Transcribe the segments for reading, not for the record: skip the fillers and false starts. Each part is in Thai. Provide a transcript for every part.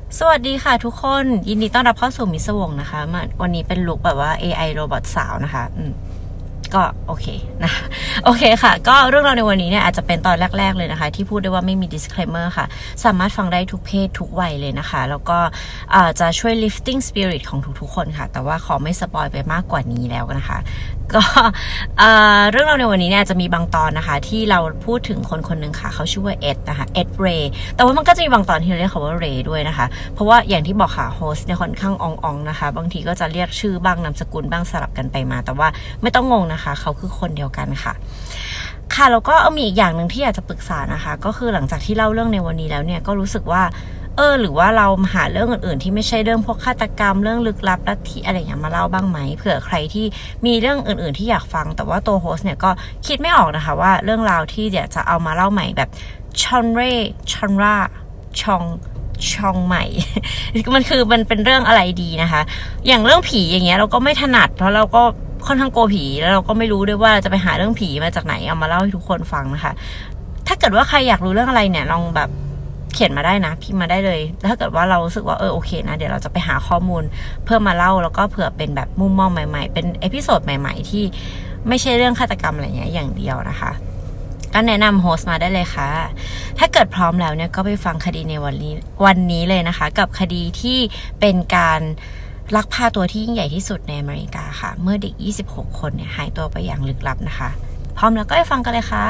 สวัสดีค่ะทุกคนยินดีต้อนรับเข้าสู่มิสวงนะคะวันนี้เป็นลุคแบบว่า AI โรบอทสาวนะคะก็โอเคนะโอเคค่ะก็เรื่องราวในวันนี้เนี่ยอาจจะเป็นตอนแรกๆเลยนะคะที่พูดได้ว่าไม่มี disclaimer ค่ะสามารถฟังได้ทุกเพศทุกวัยเลยนะคะแล้วก็จะช่วย lifting spirit ของทุกๆคนค่ะแต่ว่าขอไม่สปอยไปมากกว่านี้แล้วนะคะก็เรื่องราวในวันนี้เนี่ยจะมีบางตอนนะคะที่เราพูดถึงคนคนหนึ่งค่ะเขาชื่อว่าเอ็ดนะคะเอ็ดเรย์แต่ว่ามันก็จะมีบางตอนที่เราเรียกเขาว่าเรย์ด้วยนะคะเพราะว่าอย่างที่บอกค่ะโฮสต์เนี่ยค่อนข้างอ่องๆนะคะบางทีก็จะเรียกชื่อบ้างนามสกุลบ้างสลับกันไปมาแต่ว่าไม่ต้องงงนะคะเขาคือคนเดียวกันค่ะแล้วก็มีอีกอย่างหนึ่งที่อยากจะปรึกษานะคะก็คือหลังจากที่เล่าเรื่องในวันนี้แล้วเนี่ยก็รู้สึกว่าหรือว่าเราหาเรื่องอื่นๆที่ไม่ใช่เรื่องพวกฆาตกรรมเรื่องลึกลับลัทธิอะไรอย่างเงี้ยมาเล่าบ้างไหมเผื่อใครที่มีเรื่องอื่นๆที่อยากฟังแต่ว่าตัวโฮสต์เนี่ยก็คิดไม่ออกนะคะว่าเรื่องราวที่เดี๋ยวจะเอามาเล่าใหม่แบบชอนราช่องใหม่ มันเป็นเรื่องอะไรดีนะคะอย่างเรื่องผีอย่างเงี้ยเราก็ไม่ถนัดเพราะเราก็ค่อนข้างกลัวผีแล้วเราก็ไม่รู้ด้วยว่าจะไปหาเรื่องผีมาจากไหนเอามาเล่าให้ทุกคนฟังนะคะถ้าเกิดว่าใครอยากรู้เรื่องอะไรเนี่ยลองแบบเขียนมาได้นะพิมพ์มาได้เลยถ้าเกิดว่าเรารู้สึกว่าโอเคนะเดี๋ยวเราจะไปหาข้อมูลเพื่อมาเล่าแล้วก็เผื่อเป็นแบบมุมมองใหม่ๆเป็นเอพิโซดใหม่ๆที่ไม่ใช่เรื่องฆาตกรรมอะไรเงี้ยอย่างเดียวนะคะก็แนะนำโฮสต์มาได้เลยค่ะถ้าเกิดพร้อมแล้วเนี่ยก็ไปฟังคดีในวันนี้เลยนะคะกับคดีที่เป็นการลักพาตัวที่ยิ่งใหญ่ที่สุดในอเมริกาค่ะเมื่อเด็ก26คนเนี่ยหายตัวไปอย่างลึกลับนะคะพร้อมแล้วก็ไปฟังกันเลยค่ะ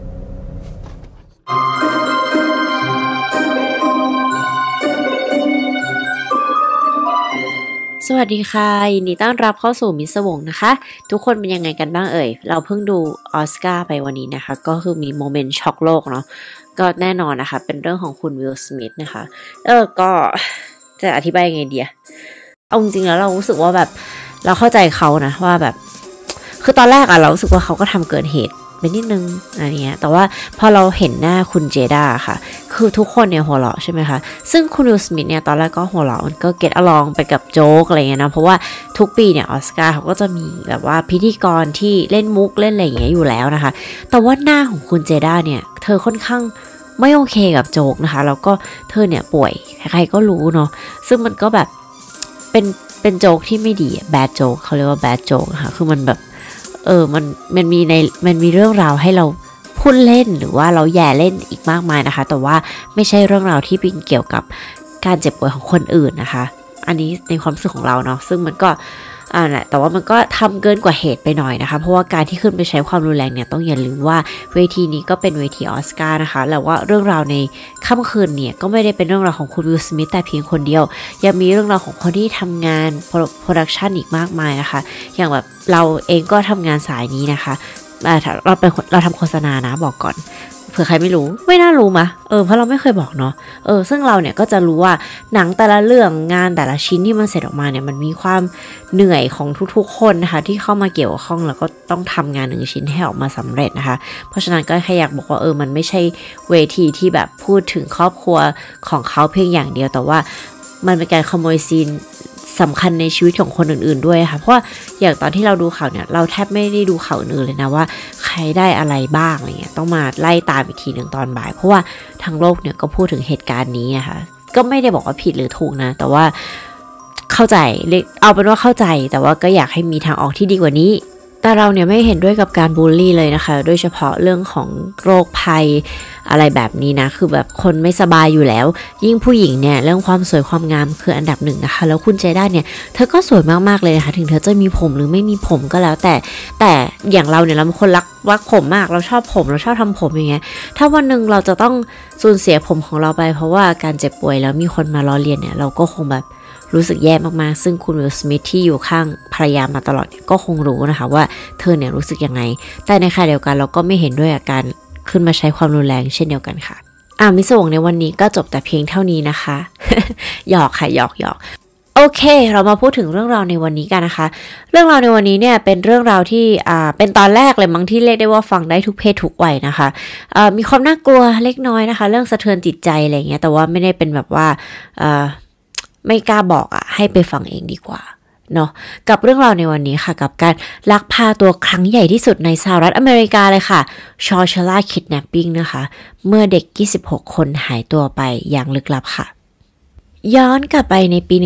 สวัสดีค่ะยินดีต้อนรับเข้าสู่มิสวงนะคะทุกคนเป็นยังไงกันบ้างเราเพิ่งดูออสการ์ไปวันนี้นะคะก็คือมีโมเมนต์ช็อกโลกเนาะก็แน่นอนนะคะเป็นเรื่องของคุณวิล สมิธนะคะก็จะอธิบายยังไงดีเอาจริงๆแล้วเรารู้สึกว่าแบบเราเข้าใจเขานะว่าแบบคือตอนแรกเรารู้สึกว่าเขาก็ทำเกินเหตุไปนิดนึงอะไรเงี้ยแต่ว่าพอเราเห็นหน้าคุณเจด้าค่ะคือทุกคนเนี่ยหัวเราะใช่ไหมคะซึ่งคุณวิล สมิธเนี่ยตอนแรกก็หัวเราะมันก็เก็ตอลองไปกับโจ๊กอะไรเงี้ยนะเพราะว่าทุกปีเนี่ยออสการ์เขาก็จะมีแบบว่าพิธีกรที่เล่นมุกเล่นอะไรอย่างเงี้ยอยู่แล้วนะคะแต่ว่าหน้าของคุณเจด้าเนี่ยเธอค่อนข้างไม่โอเคกับโจ๊กนะคะแล้วก็เธอเนี่ยป่วยใครๆก็รู้เนาะซึ่งมันก็แบบเป็นโจ๊กที่ไม่ดีแบดโจ๊กเขาเรียกว่าแบดโจ๊กค่ะคือมันแบบมันมีเรื่องราวให้เราพูดเล่นหรือว่าเราแย่เล่นอีกมากมายนะคะแต่ว่าไม่ใช่เรื่องราวที่เป็นเกี่ยวกับการเจ็บป่วยของคนอื่นนะคะอันนี้ในความรู้สึกของเราเนาะซึ่งมันก็แหละแต่ว่ามันก็ทำเกินกว่าเหตุไปหน่อยนะคะเพราะว่าการที่ขึ้นไปใช้ความรุนแรงเนี่ยต้องอย่าลืมว่าเวทีนี้ก็เป็นเวทีออสการ์นะคะแล้วว่าเรื่องราวในค่ำคืนเนี่ยก็ไม่ได้เป็นเรื่องราวของคุณวิล สมิธแต่เพียงคนเดียวยังมีเรื่องราวของคนที่ทำงานโปรดักชันอีกมากมายนะคะอย่างแบบเราเองก็ทำงานสายนี้นะคะเราทำโฆษณานะบอกก่อนเผื่อใครไม่รู้ไม่น่ารู้มะเพราะเราไม่เคยบอกเนาะซึ่งเราเนี่ยก็จะรู้ว่าหนังแต่ละเรื่องงานแต่ละชิ้นที่มันเสร็จออกมาเนี่ยมันมีความเหนื่อยของทุกๆคนนะคะที่เข้ามาเกี่ยวข้องแล้วก็ต้องทำงานหนึ่งชิ้นให้ออกมาสำเร็จนะคะเพราะฉะนั้นก็แค่อยากบอกว่ามันไม่ใช่เวทีที่แบบพูดถึงครอบครัวของเขาเพียงอย่างเดียวแต่ว่ามันเป็นการขโมยซีนสำคัญในชีวิตของคนอื่นๆด้วยค่ะเพราะว่าอย่างตอนที่เราดูข่าวเนี่ยเราแทบไม่ได้ดูข่าวอื่นเลยนะว่าใครได้อะไรบ้างอะไรเงี้ยต้องมาไล่ตามอีกทีหนึ่งตอนบ่ายเพราะว่าทั้งโลกเนี่ยก็พูดถึงเหตุการณ์นี้นะคะก็ไม่ได้บอกว่าผิดหรือถูกนะแต่ว่าเข้าใจเอาเป็นว่าเข้าใจแต่ว่าก็อยากให้มีทางออกที่ดีกว่านี้แต่เราเนี่ยไม่เห็นด้วยกับการบูลลี่เลยนะคะโดยเฉพาะเรื่องของโรคภัยอะไรแบบนี้นะคือแบบคนไม่สบายอยู่แล้วยิ่งผู้หญิงเนี่ยเรื่องความสวยความงามคืออันดับหนึ่งนะคะแล้วคุณเจด้าเนี่ยเธอก็สวยมากๆเลยนะคะถึงเธอจะมีผมหรือไม่มีผมก็แล้วแต่อย่างเราเนี่ยเราเป็นคนรักผมมากเราชอบผมเราชอบทำผมอย่างเงี้ยถ้าวันหนึ่งเราจะต้องสูญเสียผมของเราไปเพราะว่าการเจ็บป่วยแล้วมีคนมาล้อเลียนเนี่ยเราก็คงแบบรู้สึกแย่มากๆซึ่งคุณวิล สมิธที่อยู่ข้างภรรยามาตลอดก็คงรู้นะคะว่าเธอเนี่ยรู้สึกยังไงแต่ในขณะเดียวกันเราก็ไม่เห็นด้วยกับการขึ้นมาใช้ความรุนแรงเช่นเดียวกันค่ะมิสวงในวันนี้ก็จบแต่เพียงเท่านี้นะคะ หยอกค่ะหยอกโอเคเรามาพูดถึงเรื่องราวในวันนี้กันนะคะเรื่องราวในวันนี้เนี่ยเป็นเรื่องราวที่เป็นตอนแรกเลยมั้งที่เรียกได้ว่าฟังได้ทุกเพศทุกวัยนะคะมีความน่ากลัวเล็กน้อยนะคะเรื่องสะเทือนจิตใจอะไรเงี้ยแต่ว่าไม่ได้เป็นแบบว่าไม่กล้าบอกให้ไปฟังเองดีกว่าเนาะกับเรื่องราวในวันนี้ค่ะกับการลักพาตัวครั้งใหญ่ที่สุดในสหรัฐอเมริกาเลยค่ะชอชล่าคิดแนปปิ้งนะคะเมื่อเด็ก26คนหายตัวไปอย่างลึกลับค่ะย้อนกลับไปในปี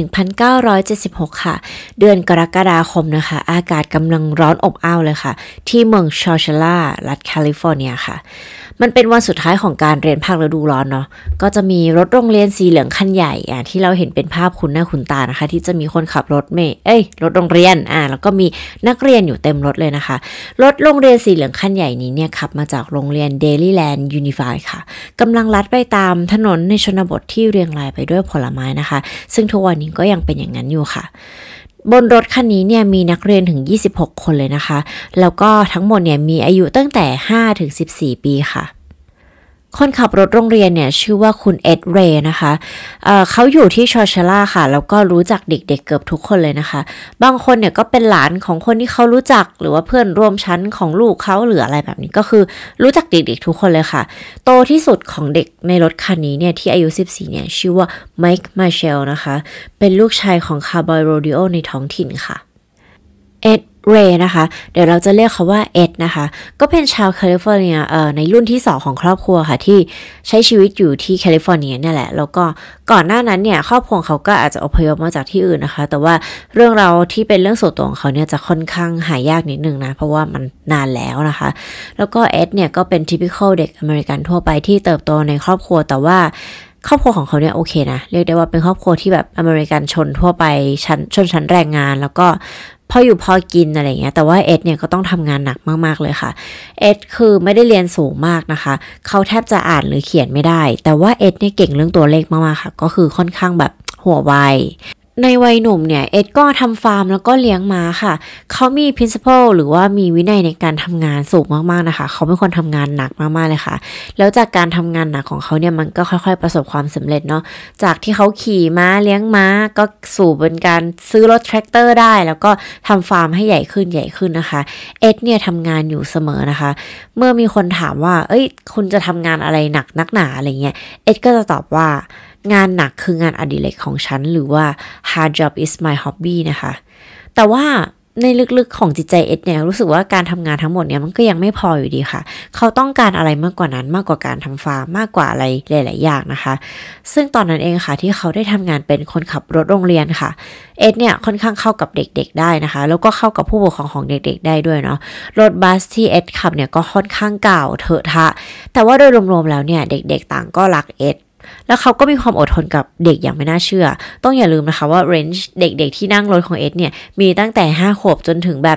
1976 ค่ะ เดือนกรกฎาคมนะคะ อากาศกำลังร้อนอบอ้าวเลยค่ะ ที่เมืองชอร์ชลารัฐแคลิฟอร์เนียค่ะ มันเป็นวันสุดท้ายของการเรียนภาคฤดูร้อนเนาะ ก็จะมีรถโรงเรียนสีเหลืองคันใหญ่ที่เราเห็นเป็นภาพคุ้นหน้าคุ้นตานะคะ ที่จะมีคนขับรถรถโรงเรียนแล้วก็มีนักเรียนอยู่เต็มรถเลยนะคะ รถโรงเรียนสีเหลืองคันใหญ่นี้เนี่ยขับมาจากโรงเรียน Dailyland Unified ค่ะกำลังลัดไปตามถนนในชนบทที่เรียงรายไปด้วยผลไม้นะคะ ซึ่งทุกวันนี้ก็ยังเป็นอย่างนั้นอยู่ค่ะ บนรถคันนี้เนี่ยมีนักเรียนถึง26 คนเลยนะคะ แล้วก็ทั้งหมดเนี่ยมีอายุตั้งแต่5 ถึง 14 ปีค่ะ คนขับรถโรงเรียนเนี่ยชื่อว่าคุณเอ็ดเรย์นะคะเขาอยู่ที่ชอร์ชลาค่ะแล้วก็รู้จักเด็กๆเกือบทุกคนเลยนะคะบางคนเนี่ยก็เป็นหลานของคนที่เขารู้จักหรือว่าเพื่อนร่วมชั้นของลูกเขาหรืออะไรแบบนี้ก็คือรู้จักเด็กๆทุกคนเลยค่ะโตที่สุดของเด็กในรถคันนี้เนี่ยที่อายุ14เนี่ยชื่อว่าไมค์มาเชลนะคะเป็นลูกชายของคาร์บอยโรดิโอในท้องถิ่นค่ะเอ็ดเรย์นะคะเดี๋ยวเราจะเรียกเขาว่าเอ็ดนะคะก็เป็นชาวแคลิฟอร์เนียในรุ่นที่2ของครอบครัวค่ะที่ใช้ชีวิตอยู่ที่แคลิฟอร์เนียเนี่ยแหละแล้วก็ก่อนหน้านั้นเนี่ยครอบครัวเขาก็อาจจะอพยพมาจากที่อื่นนะคะแต่ว่าเรื่องราวที่เป็นเรื่องส่วนตัวของเขาเนี่ยจะค่อนข้างหายากนิดนึงนะเพราะว่ามันนานแล้วนะคะแล้วก็เอ็ดเนี่ยก็เป็น typical เด็กอเมริกันทั่วไปที่เติบโตในครอบครัวแต่ว่าครอบครัวของเขาเนี่ยโอเคนะเรียกได้ว่าเป็นครอบครัวที่แบบอเมริกันชนทั่วไปชนชั้นแรงงานแล้วก็พออยู่พอกินอะไรเงี้ยแต่ว่าเอ็ดเนี่ยก็ต้องทำงานหนักมากๆเลยค่ะเอ็ดคือไม่ได้เรียนสูงมากนะคะเขาแทบจะอ่านหรือเขียนไม่ได้แต่ว่าเอ็ดเนี่ยเก่งเรื่องตัวเลขมากๆค่ะก็คือค่อนข้างแบบหัวไวในวัยหนุ่มเนี่ยเอ็ดก็ทำฟาร์มแล้วก็เลี้ยงม้าค่ะเขามี principle หรือว่ามีวินัยในการทำงานสูงมากๆนะคะเขาเป็นคนทำงานหนักมากๆเลยค่ะแล้วจากการทำงานหนักของเขาเนี่ยมันก็ค่อยๆประสบความสำเร็จเนาะจากที่เขาขี่ม้าเลี้ยงม้าก็สู่เป็นการซื้อรถแทรกเตอร์ได้แล้วก็ทำฟาร์มให้ใหญ่ขึ้นนะคะเอ็ดเนี่ยทำงานอยู่เสมอนะคะเมื่อมีคนถามว่าคุณจะทำงานอะไรหนักนักหนาอะไรเงี้ยเอ็ดก็จะตอบว่างานหนักคืองานอดิเรกของฉันหรือว่า hard job is my hobby นะคะแต่ว่าในลึกๆของจิตใจเอ็ดเนี่ยรู้สึกว่าการทำงานทั้งหมดเนี่ยมันก็ยังไม่พออยู่ดีค่ะเขาต้องการอะไรมากกว่านั้นมากกว่าการทำฟาร์มมากกว่าอะไรหลายๆอย่างนะคะซึ่งตอนนั้นเองค่ะที่เขาได้ทำงานเป็นคนขับรถโรงเรียนค่ะเอ็ดเนี่ยค่อนข้างเข้ากับเด็กๆได้นะคะแล้วก็เข้ากับผู้ปกครองของเด็กๆได้ด้วยเนาะรถบัสที่เอ็ดขับเนี่ยก็ค่อนข้างเก่าเถอะทะแต่ว่าโดยรวมๆแล้วเนี่ยเด็กๆต่างก็รักเอ็ดแล้วเขาก็มีความอดทนกับเด็กอย่างไม่น่าเชื่อต้องอย่าลืมนะคะว่าเรนจ์เด็กๆที่นั่งรถของเอ็ดเนี่ยมีตั้งแต่5 ขวบจนถึงแบบ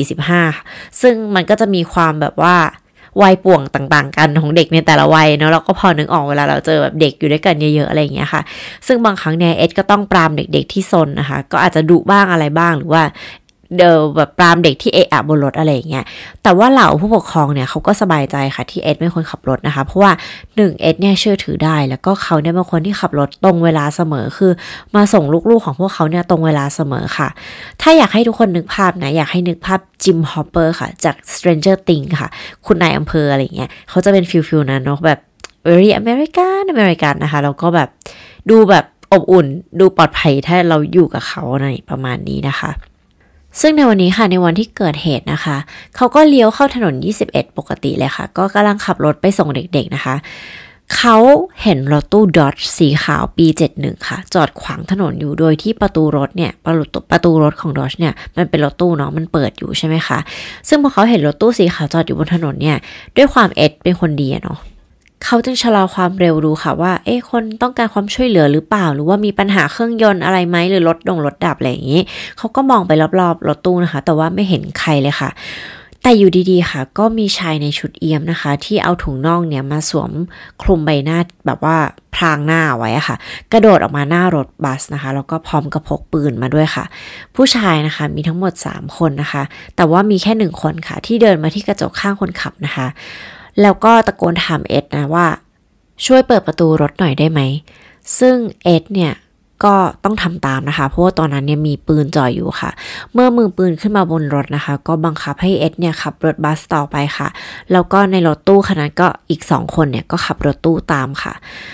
14-15ซึ่งมันก็จะมีความแบบว่าวัยป่วงต่างๆกันของเด็กในแต่ละวัยเนาะเราก็พอนึกออกเวลาเราเจอแบบเด็กอยู่ด้วยกันเยอะๆอะไรอย่างเงี้ยค่ะซึ่งบางครั้งเนี่ยเอ็ดก็ต้องปรามเด็กๆที่ซนนะคะก็อาจจะดุบ้างอะไรบ้างหรือว่าแบบปรามเด็กที่เอะอะบนรถอะไรอย่างเงี้ยแต่ว่าเหล่าผู้ปกครองเนี่ยเขาก็สบายใจค่ะที่เอ็ดเป็นคนขับรถนะคะเพราะว่า1เอ็ดเนี่ยเชื่อถือได้แล้วก็เขาเนี่ยเป็นคนที่ขับรถตรงเวลาเสมอคือมาส่งลูกๆของพวกเขาเนี่ยตรงเวลาเสมอค่ะถ้าอยากให้ทุกคนนึกภาพนะอยากให้นึกภาพจิมฮอปเปอร์ค่ะจาก Stranger Things ค่ะคุณนายอำเภออะไรอย่างเงี้ยเขาจะเป็นฟิลนั้นเนาะแบบ very American นะคะแล้วก็แบบดูแบบอบอุ่นดูปลอดภัยถ้าเราอยู่กับเขาในประมาณนี้นะคะซึ่งในวันนี้ค่ะในวันที่เกิดเหตุนะคะเขาก็เลี้ยวเข้าถนน21ปกติเลยค่ะก็กำลังขับรถไปส่งเด็กๆนะคะเขาเห็นรถตู้ Dodge สีขาวปี71ค่ะจอดขวางถนนอยู่โดยที่ประตูรถเนี่ยประตูรถของ Dodge เนี่ยมันเป็นรถตู้เนาะมันเปิดอยู่ใช่ไหมคะซึ่งพอเขาเห็นรถตู้สีขาวจอดอยู่บนถนนเนี่ยด้วยความเอ็ดเป็นคนดีเนาะเขาจึงชะลอความเร็วดูค่ะว่าคนต้องการความช่วยเหลือหรือเปล่าหรือว่ามีปัญหาเครื่องยนต์อะไรไหมหรือรถดับอะไรอย่างนี้เขาก็มองไปรอบๆรถตู้นะคะแต่ว่าไม่เห็นใครเลยค่ะแต่อยู่ดีๆค่ะก็มีชายในชุดเอี่ยมนะคะที่เอาถุงน่องเนี่ยมาสวมคลุมใบหน้าแบบว่าพรางหน้าไว้ค่ะกระโดดออกมาหน้ารถบัสนะคะแล้วก็พร้อมกับพกปืนมาด้วยค่ะผู้ชายนะคะมีทั้งหมด3คนนะคะแต่ว่ามีแค่1คนค่ะที่เดินมาที่กระจกข้างคนขับนะคะแล้วก็ตะโกนถามเอ็ดนะว่าช่วยเปิดประตูรถหน่อยได้ไหมซึ่งเอ็ดเนี่ยก็ต้องทำตามนะคะเพราะว่าตอนนั้นเนี่ยมีปืนจ่ออยู่ค่ะเมื่อมือปืนขึ้นมาบนรถนะคะก็บังคับให้เอ็ดเนี่ยขับรถบัสต่อไปค่ะแล้วก็ในรถตู้ขณะนั้นก็อีก2คนเนี่ยก็ขับรถตู้ตามค่ะ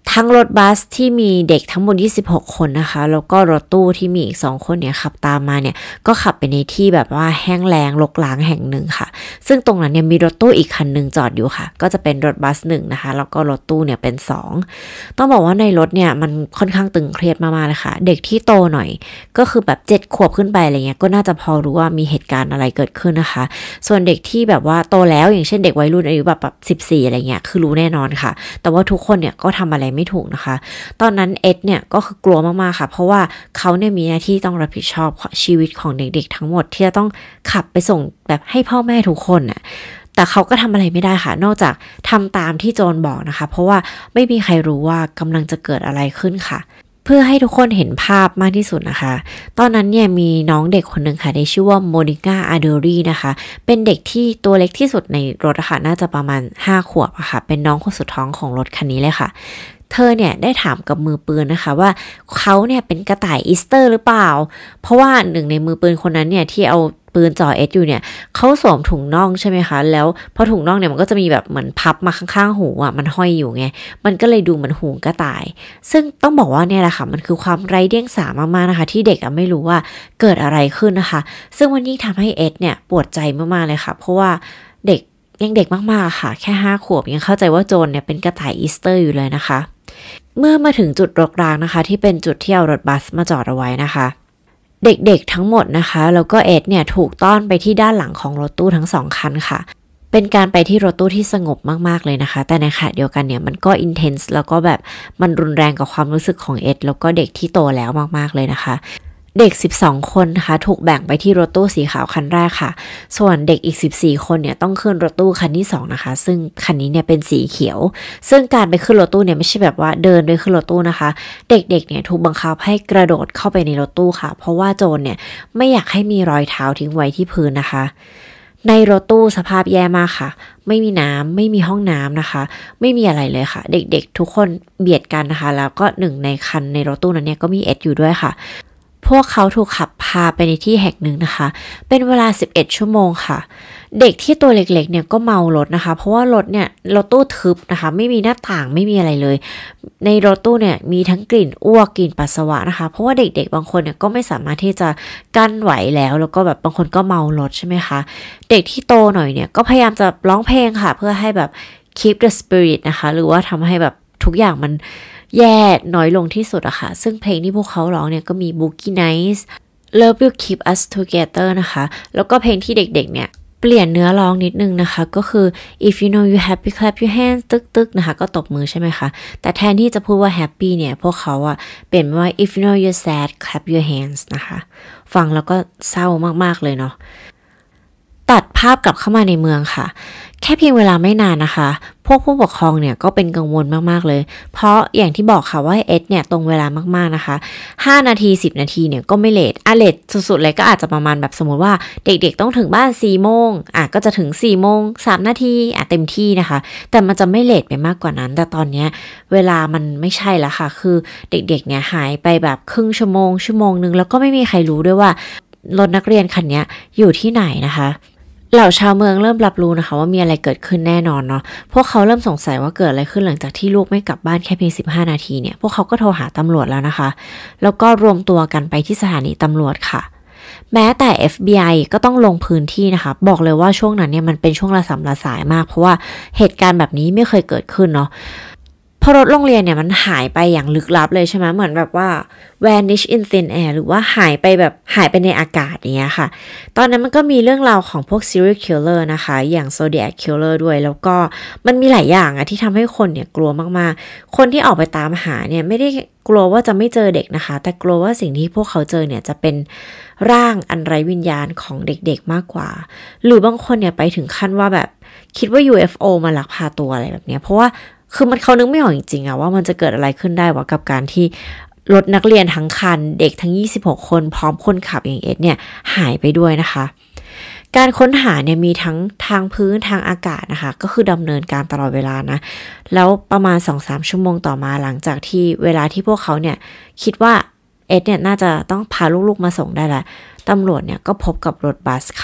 ทั้งรถบัสที่มีเด็กทั้งหมด26คนนะคะแล้วก็รถตู้ที่มีอีก2คนเนี่ยขับตามมาเนี่ยก็ขับไปในที่แบบว่าแห้งแล้งรกร้างแห่งหนึ่งค่ะซึ่งตรงนั้นเนี่ยมีรถตู้อีกคันนึงจอดอยู่ค่ะก็จะเป็นรถบัส1นะคะแล้วก็รถตู้เนี่ยเป็น2ต้องบอกว่าในรถเนี่ยมันค่อนข้างตึงเครียดมากๆเลยค่ะเด็กที่โตหน่อยก็คือแบบ7ขวบขึ้นไปอะไรเงี้ยก็น่าจะพอรู้ว่ามีเหตุการณ์อะไรเกิดขึ้นนะคะส่วนเด็กที่แบบว่าโตแล้วอย่างเช่นเด็กวัยรุ่นอายุแบบ14อะไรเงี้ยคือรู้แน่นอนค่ะแต่ว่าทุกคนเนี่ยก็ทำอะไรไม่ถูกนะคะตอนนั้นเอ็ดเนี่ยก็คือกลัวมากๆค่ะเพราะว่าเขาเนี่ยมีหน้าที่ต้องรับผิดชอบชีวิตของเด็กๆทั้งหมดที่จะต้องขับไปส่งแบบให้พ่อแม่ทุกคนน่ะแต่เขาก็ทำอะไรไม่ได้ค่ะนอกจากทำตามที่โจนบอกนะคะเพราะว่าไม่มีใครรู้ว่ากำลังจะเกิดอะไรขึ้นค่ะเพื่อให้ทุกคนเห็นภาพมากที่สุดนะคะตอนนั้นเนี่ยมีน้องเด็กคนหนึ่งค่ะที่ชื่อว่าโมนิก้าอาเดอรีนะคะเป็นเด็กที่ตัวเล็กที่สุดในรถค่ะน่าจะประมาณ5ขวบอะค่ะเป็นน้องคนสุดท้องของรถคันนี้เลยค่ะเธอเนี่ยได้ถามกับมือปืนนะคะว่าเขาเนี่ยเป็นกระต่ายอีสเตอร์หรือเปล่าเพราะว่าหนึ่งในมือปืนคนนั้นเนี่ยที่เอาปืนจ่อเอ็ดอยู่เนี่ยเขาสวมถุงน่องใช่ไหมคะแล้วพอถุงน่องเนี่ยมันก็จะมีแบบเหมือนพับมาข้างๆหูอ่ะมันห้อยอยู่ไงมันก็เลยดูเหมือนหูกระต่ายซึ่งต้องบอกว่าเนี่ยแหละค่ะมันคือความไร้เดียงสามากๆนะคะที่เด็กไม่รู้ว่าเกิดอะไรขึ้นนะคะซึ่งมันยิ่งทำให้เอ็ดเนี่ยปวดใจมากๆเลยค่ะเพราะว่าเด็กยังเด็กมากๆค่ะแค่5ขวบยังเข้าใจว่าโจรเนี่ยเป็นกระต่ายอีสเตอร์อยู่เลยนะคะเมื่อมาถึงจุดรกร้างนะคะที่เป็นจุดที่เอารถบัสมาจอดเอาไว้นะคะเด็กๆทั้งหมดนะคะแล้วก็เอ็ดเนี่ยถูกต้อนไปที่ด้านหลังของรถตู้ทั้ง2คันค่ะเป็นการไปที่รถตู้ที่สงบมากๆเลยนะคะแต่ในขณะเดียวกันเนี่ยมันก็อินเทนส์แล้วก็แบบมันรุนแรงกับความรู้สึกของเอ็ดแล้วก็เด็กที่โตแล้วมากๆเลยนะคะเด็ก12คนนะคะถูกแบ่งไปที่รถตู้สีขาวคันแรกค่ะส่วนเด็กอีก14คนเนี่ยต้องขึ้นรถตู้คันที่2นะคะซึ่งคันนี้เนี่ยเป็นสีเขียวซึ่งการไปขึ้นรถตู้เนี่ยไม่ใช่แบบว่าเดินโดยขึ้นรถตู้นะคะเด็กๆเนี่ยถูกบังคับให้กระโดดเข้าไปในรถตู้ค่ะเพราะว่าโจรเนี่ยไม่อยากให้มีรอยเท้าทิ้งไว้ที่พื้นนะคะในรถตู้สภาพแย่มากค่ะไม่มีน้ำไม่มีห้องน้ำนะคะไม่มีอะไรเลยค่ะเด็กๆทุกคนเบียดกันนะคะแล้วก็หนึ่งในคันในรถตู้นั้นเนี่ยก็มีเอ็ดอยู่ด้วยค่ะพวกเขาถูกขับพาไปในที่แห่งหนึ่งนะคะเป็นเวลา11ชั่วโมงค่ะเด็กที่ตัวเล็กๆเนี่ยก็เมารถนะคะเพราะว่ารถเนี่ยรถตู้ทึบนะคะไม่มีหน้าต่างไม่มีอะไรเลยในรถตู้เนี่ยมีทั้งกลิ่นอ้วกกลิ่นปัสสาวะนะคะเพราะว่าเด็กๆบางคนเนี่ยก็ไม่สามารถที่จะกั้นไหวแล้วก็แบบบางคนก็เมารถใช่ไหมคะเด็กที่โตหน่อยเนี่ยก็พยายามจะร้องเพลงค่ะเพื่อให้แบบ keep the spirit นะคะหรือว่าทำให้แบบทุกอย่างมันแย่น้อยลงที่สุดอะค่ะซึ่งเพลงที่พวกเขาร้องเนี่ยก็มี Boogie Nights Love Will Keep Us Together นะคะแล้วก็เพลงที่เด็กๆเนี่ยเปลี่ยนเนื้อร้องนิดนึงนะคะก็คือ If you know you happy clap your hands ตึกๆนะคะก็ตบมือใช่ไหมคะแต่แทนที่จะพูดว่า happy เนี่ยพวกเขาอะเปลี่ยนว่า If you know you're sad clap your hands นะคะฟังแล้วก็เศร้ามากๆเลยเนาะตัดภาพกลับเข้ามาในเมืองค่ะแค่เพียงเวลาไม่นานนะคะพวกผู้ปกครองเนี่ยก็เป็นกังวลมากๆเลยเพราะอย่างที่บอกค่ะว่าเอ็ดเนี่ยตรงเวลามากๆนะคะ5นาที10นาทีเนี่ยก็ไม่เลทเลทสุดๆเลยก็อาจจะประมาณแบบสมมติว่าเด็กๆต้องถึงบ้าน4โมงก็จะถึง4โมง3นาทีเต็มที่นะคะแต่มันจะไม่เลทไปมากกว่านั้นแต่ตอนเนี้ยเวลามันไม่ใช่แล้วค่ะคือเด็กๆเนี่ยหายไปแบบครึ่งชั่วโมงนึงแล้วก็ไม่มีใครรู้ด้วยว่ารถนักเรียนคันนี้อยู่ที่ไหนนะคะเหล่าชาวเมืองเริ่มรับรู้นะคะว่ามีอะไรเกิดขึ้นแน่นอนเนาะพวกเขาเริ่มสงสัยว่าเกิดอะไรขึ้นหลังจากที่ลูกไม่กลับบ้านแค่เพียง15นาทีเนี่ยพวกเขาก็โทรหาตำรวจแล้วนะคะแล้วก็รวมตัวกันไปที่สถานีตำรวจค่ะแม้แต่ FBI ก็ต้องลงพื้นที่นะคะบอกเลยว่าช่วงนั้นเนี่ยมันเป็นช่วงระสำระสายมากเพราะว่าเหตุการณ์แบบนี้ไม่เคยเกิดขึ้นเนาะพอรถโรงเรียนเนี่ยมันหายไปอย่างลึกลับเลยใช่ไหมเหมือนแบบว่า vanish in thin air หรือว่าหายไปในอากาศอย่างเงี้ยค่ะตอนนั้นมันก็มีเรื่องราวของพวก serial killer นะคะอย่าง Zodiac killer ด้วยแล้วก็มันมีหลายอย่างที่ทำให้คนเนี่ยกลัวมากๆคนที่ออกไปตามหาเนี่ยไม่ได้กลัวว่าจะไม่เจอเด็กนะคะแต่กลัวว่าสิ่งที่พวกเขาเจอเนี่ยจะเป็นร่างอันไร้วิญญาณของเด็กๆมากกว่าหรือบางคนเนี่ยไปถึงขั้นว่าแบบคิดว่า UFO มาลักพาตัวอะไรแบบเนี้ยเพราะว่าคือเขานึกไม่ออกจริงๆว่ามันจะเกิดอะไรขึ้นได้วะกับการที่รถนักเรียนทั้งคันเด็กทั้ง26คนพร้อมคนขับอย่างเอ็ดเนี่ยหายไปด้วยนะคะการค้นหาเนี่ยมีทั้งทางพื้นทางอากาศนะคะก็คือดำเนินการตลอดเวลานะแล้วประมาณ 2-3 ชั่วโมงต่อมาหลังจากที่เวลาที่พวกเขาเนี่ยคิดว่าเอ็ดเนี่ยน่าจะต้องพาลูกๆมาส่งได้แล้วตำรวจเนี่ยก็พบกับรถบัสค่ะ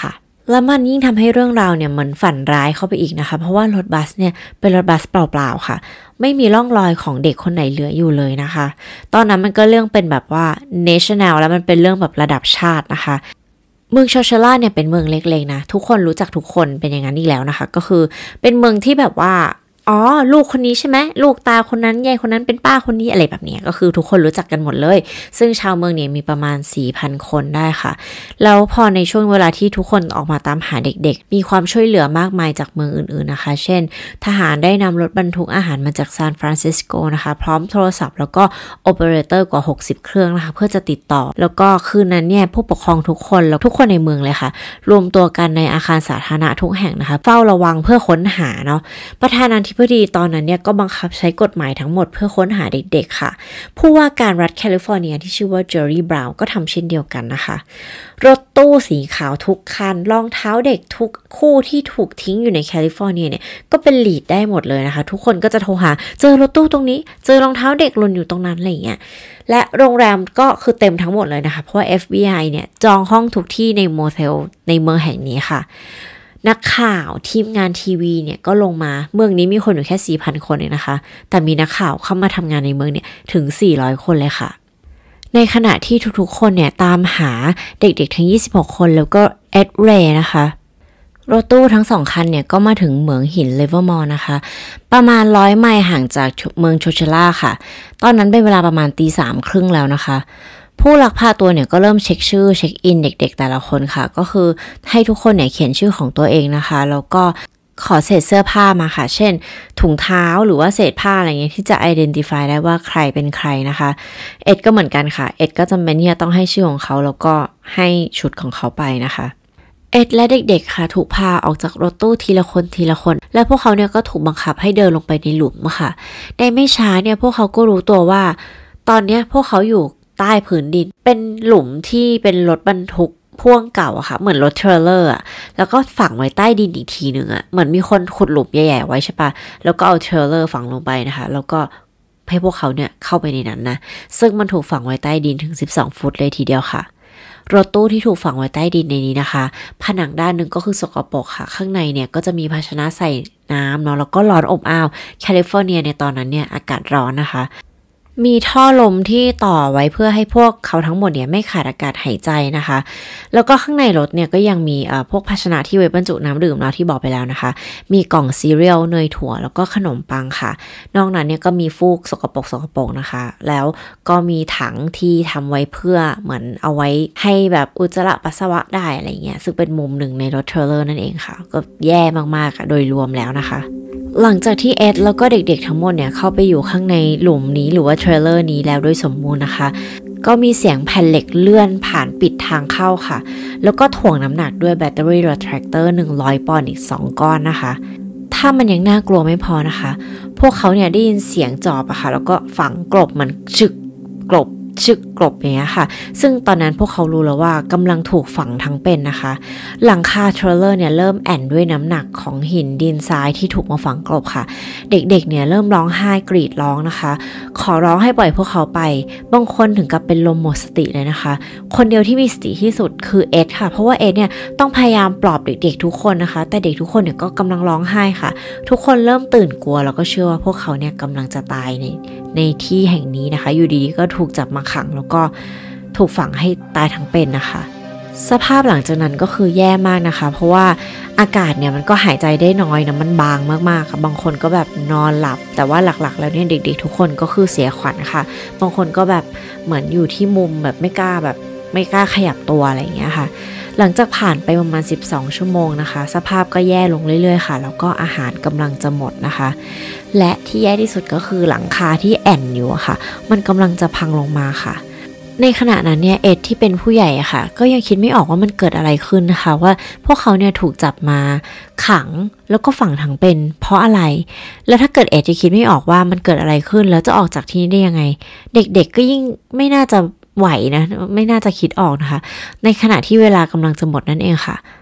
แล้วมันยิ่งทำให้เรื่องราวเนี่ยเหมือนฝันร้ายเข้าไปอีกนะคะเพราะว่ารถบัสเนี่ยเป็นรถบัสเปล่าๆค่ะไม่มีร่องรอยของเด็กคนไหนเหลืออยู่เลยนะคะตอนนั้นมันก็เรื่องเป็นแบบว่า national แล้วมันเป็นเรื่องแบบระดับชาตินะคะเมืองโชเชล่าเนี่ยเป็นเมืองเล็กๆนะทุกคนรู้จักทุกคนเป็นอย่างนั้นอีกแล้วนะคะก็คือเป็นเมืองที่แบบว่าอ๋อลูกคนนี้ใช่ไหมลูกตาคนนั้นยายคนนั้นเป็นป้าคนนี้อะไรแบบนี้ก็คือทุกคนรู้จักกันหมดเลยซึ่งชาวเมืองเนี่ยมีประมาณ 4,000 คนได้ค่ะแล้วพอในช่วงเวลาที่ทุกคนออกมาตามหาเด็กๆมีความช่วยเหลือมากมายจากเมืองอื่นๆนะคะเช่นทหารได้นำรถบรรทุกอาหารมาจากซานฟรานซิสโกนะคะพร้อมโทรศัพท์แล้วก็โอเปอเรเตอร์กว่า60เครื่องนะคะเพื่อจะติดต่อแล้วก็คืนนั้นเนี่ยผู้ปกครองทุกคนแล้วทุกคนในเมืองเลยค่ะรวมตัวกันในอาคารสาธารณะทุกแห่งนะคะเฝ้าระวังเพื่อค้นหาเนาะประธานาธิบดีตอนนั้นเนี่ยก็บังคับใช้กฎหมายทั้งหมดเพื่อค้นหาเด็กๆค่ะผู้ว่าการรัฐแคลิฟอร์เนียที่ชื่อว่าเจอร์รี่บราวน์ก็ทำเช่นเดียวกันนะคะรถตู้สีขาวทุกคันรองเท้าเด็กทุกคู่ที่ถูกทิ้งอยู่ในแคลิฟอร์เนียเนี่ยก็เป็นลีดได้หมดเลยนะคะทุกคนก็จะโทรหาเจอรถตู้ตรงนี้เจอรองเท้าเด็กหล่นอยู่ตรงนั้นอะไรอย่างเงี้ยและโรงแรมก็คือเต็มทั้งหมดเลยนะคะเพราะว่า FBI เนี่ยจองห้องทุกที่ในโมเทลในเมืองแห่งนี้ค่ะนักข่าวทีมงานทีวีเนี่ยก็ลงมาเมืองนี้มีคนอยู่แค่ 4,000 คนเองนะคะแต่มีนักข่าวเข้ามาทำงานในเมืองเนี่ยถึง400 คนเลยค่ะในขณะที่ทุกๆคนเนี่ยตามหาเด็กๆทั้ง26 คนแล้วก็เอ็ดเรย์นะคะรถตู้ทั้ง2 คันเนี่ยก็มาถึงเหมืองหินเลเวอร์มอร์นะคะประมาณ100 ไมล์ห่างจากเมืองโชเชล่าค่ะตอนนั้นเป็นเวลาประมาณ 3:30 แล้วนะคะผู้ลักพาตัวเนี่ยก็เริ่มเช็คชื่อเช็คอินเด็กๆแต่ละคนค่ะก็คือให้ทุกคนเนี่ยเขียนชื่อของตัวเองนะคะแล้วก็ขอเศษเสื้อผ้ามาค่ะเช่นถุงเท้าหรือว่าเศษผ้าอะไรเงี้ยที่จะ identify ได้ว่าใครเป็นใครนะคะเอ็ดก็เหมือนกันค่ะเอ็ดก็จำเป็นที่จะต้องให้ชื่อของเขาแล้วก็ให้ชุดของเขาไปนะคะเอ็ดและเด็กๆค่ะถูกพาออกจากรถตู้ทีละคนทีละคนและพวกเขาเนี่ยก็ถูกบังคับให้เดินลงไปในหลุมค่ะในไม่ช้าเนี่ยพวกเขาก็รู้ตัวว่าตอนนี้พวกเขาอยู่ใต้พื้นดินเป็นหลุมที่เป็นรถบรรทุกพ่วงเก่าอะค่ะเหมือนรถเทรลเลอร์อะแล้วก็ฝังไว้ใต้ดินอีกทีหนึ่งอะเหมือนมีคนขุดหลุมใหญ่ๆไว้ใช่ปะแล้วก็เอาเทรลเลอร์ฝังลงไปนะคะแล้วก็ให้พวกเขาเนี่ยเข้าไปในนั้นนะซึ่งมันถูกฝังไว้ใต้ดินถึง12 ฟุตเลยทีเดียวค่ะรถตู้ที่ถูกฝังไว้ใต้ดินในนี้นะคะผนังด้านหนึ่งก็คือสกปรกค่ะข้างในเนี่ยก็จะมีภาชนะใส่น้ำเนาะแล้วก็ร้อนอบอ้าวแคลิฟอร์เนียในตอนนั้นเนี่ยอากาศร้อนนะคะมีท่อลมที่ต่อไว้เพื่อให้พวกเขาทั้งหมดเนี่ยไม่ขาดอากาศหายใจนะคะแล้วก็ข้างในรถเนี่ยก็ยังมีพวกภาชนะที่ไว้บรรจุน้ำดื่มเนาะที่บอกไปแล้วนะคะมีกล่องซีเรียลเนยถั่วแล้วก็ขนมปังค่ะนอกนั้นเนี่ยก็มีฟูกสกปรกนะคะแล้วก็มีถังที่ทำไว้เพื่อเหมือนเอาไว้ให้แบบอุจจาระปัสสาวะได้อะไรเงี้ยซึ่งเป็นมุมหนึ่งในรถเทรลเลอร์นั่นเองค่ะก็แย่มากๆโดยรวมแล้วนะคะหลังจากที่เอ็ดแล้วก็เด็กๆทั้งหมดเนี่ยเข้าไปอยู่ข้างในหลุมนี้หรือว่าเทรลเลอร์นี้แล้วโดยสมบูรณ์นะคะก็มีเสียงแผ่นเหล็กเลื่อนผ่านปิดทางเข้าค่ะแล้วก็ถ่วงน้ำหนักด้วยแบตเตอรี่รีแทรคเตอร์100 ปอนด์อีก2 ก้อนนะคะถ้ามันยังน่ากลัวไม่พอนะคะพวกเขาเนี่ยได้ยินเสียงจอบอะค่ะแล้วก็ฝังกลบมันชึกกลบอย่างเงี้ยค่ะซึ่งตอนนั้นพวกเขารู้แล้วว่ากำลังถูกฝังทั้งเป็นนะคะหลังคาเทรลเลอร์เนี่ยเริ่มแอนด้วยน้ำหนักของหินดินทรายที่ถูกมาฝังกลบค่ะเด็กๆเนี่ยเริ่มร้องไห้กรีดร้องนะคะขอร้องให้ปล่อยพวกเขาไปบางคนถึงกับเป็นลมหมดสติเลยนะคะคนเดียวที่มีสติที่สุดคือเอ็ดค่ะเพราะว่าเอ็ดเนี่ยต้องพยายามปลอบเด็กๆทุกคนนะคะแต่เด็กทุกคนเนี่ยก็กำลังร้องไห้ค่ะทุกคนเริ่มตื่นกลัวแล้วก็เชื่อว่าพวกเขาเนี่ยกำลังจะตายในที่แห่งนี้นะคะอยู่ดีๆก็ถูกจับมาขังแล้วก็ถูกฝังให้ตายทั้งเป็นนะคะสภาพหลังจากนั้นก็คือแย่มากนะคะเพราะว่าอากาศเนี่ยมันก็หายใจได้น้อยนะมันบางมากๆค่ะบางคนก็แบบนอนหลับแต่ว่าหลักๆแล้วเนี่ยเด็กๆทุกคนก็คือเสียขวัญค่ะบางคนก็แบบเหมือนอยู่ที่มุมแบบไม่กล้าขยับตัวอะไรอย่างเงี้ยค่ะหลังจากผ่านไปประมาณ12 ชั่วโมงนะคะสภาพก็แย่ลงเรื่อยๆค่ะแล้วก็อาหารกำลังจะหมดนะคะและที่แย่ที่สุดก็คือหลังคาที่แอ่นอยู่ค่ะมันกำลังจะพังลงมาค่ะในขณะนั้นเนี่ยเอ็ดที่เป็นผู้ใหญ่อะค่ะก็ยังคิดไม่ออกว่ามันเกิดอะไรขึ้นนะคะว่าพวกเขาเนี่ยถูกจับมาขังแล้วก็ฝังทั้งเป็นเพราะอะไรแล้วถ้าเกิดเอ็ดจะคิดไม่ออกว่ามันเกิดอะไรขึ้นแล้วจะออกจากที่นี่ได้ยังไงเด็กๆก็ยิ่งไม่น่าจะไหวนะไม่น่าจะคิดออกนะคะในขณะที่เวลากำลังจะหมดนั่นเองค่ะ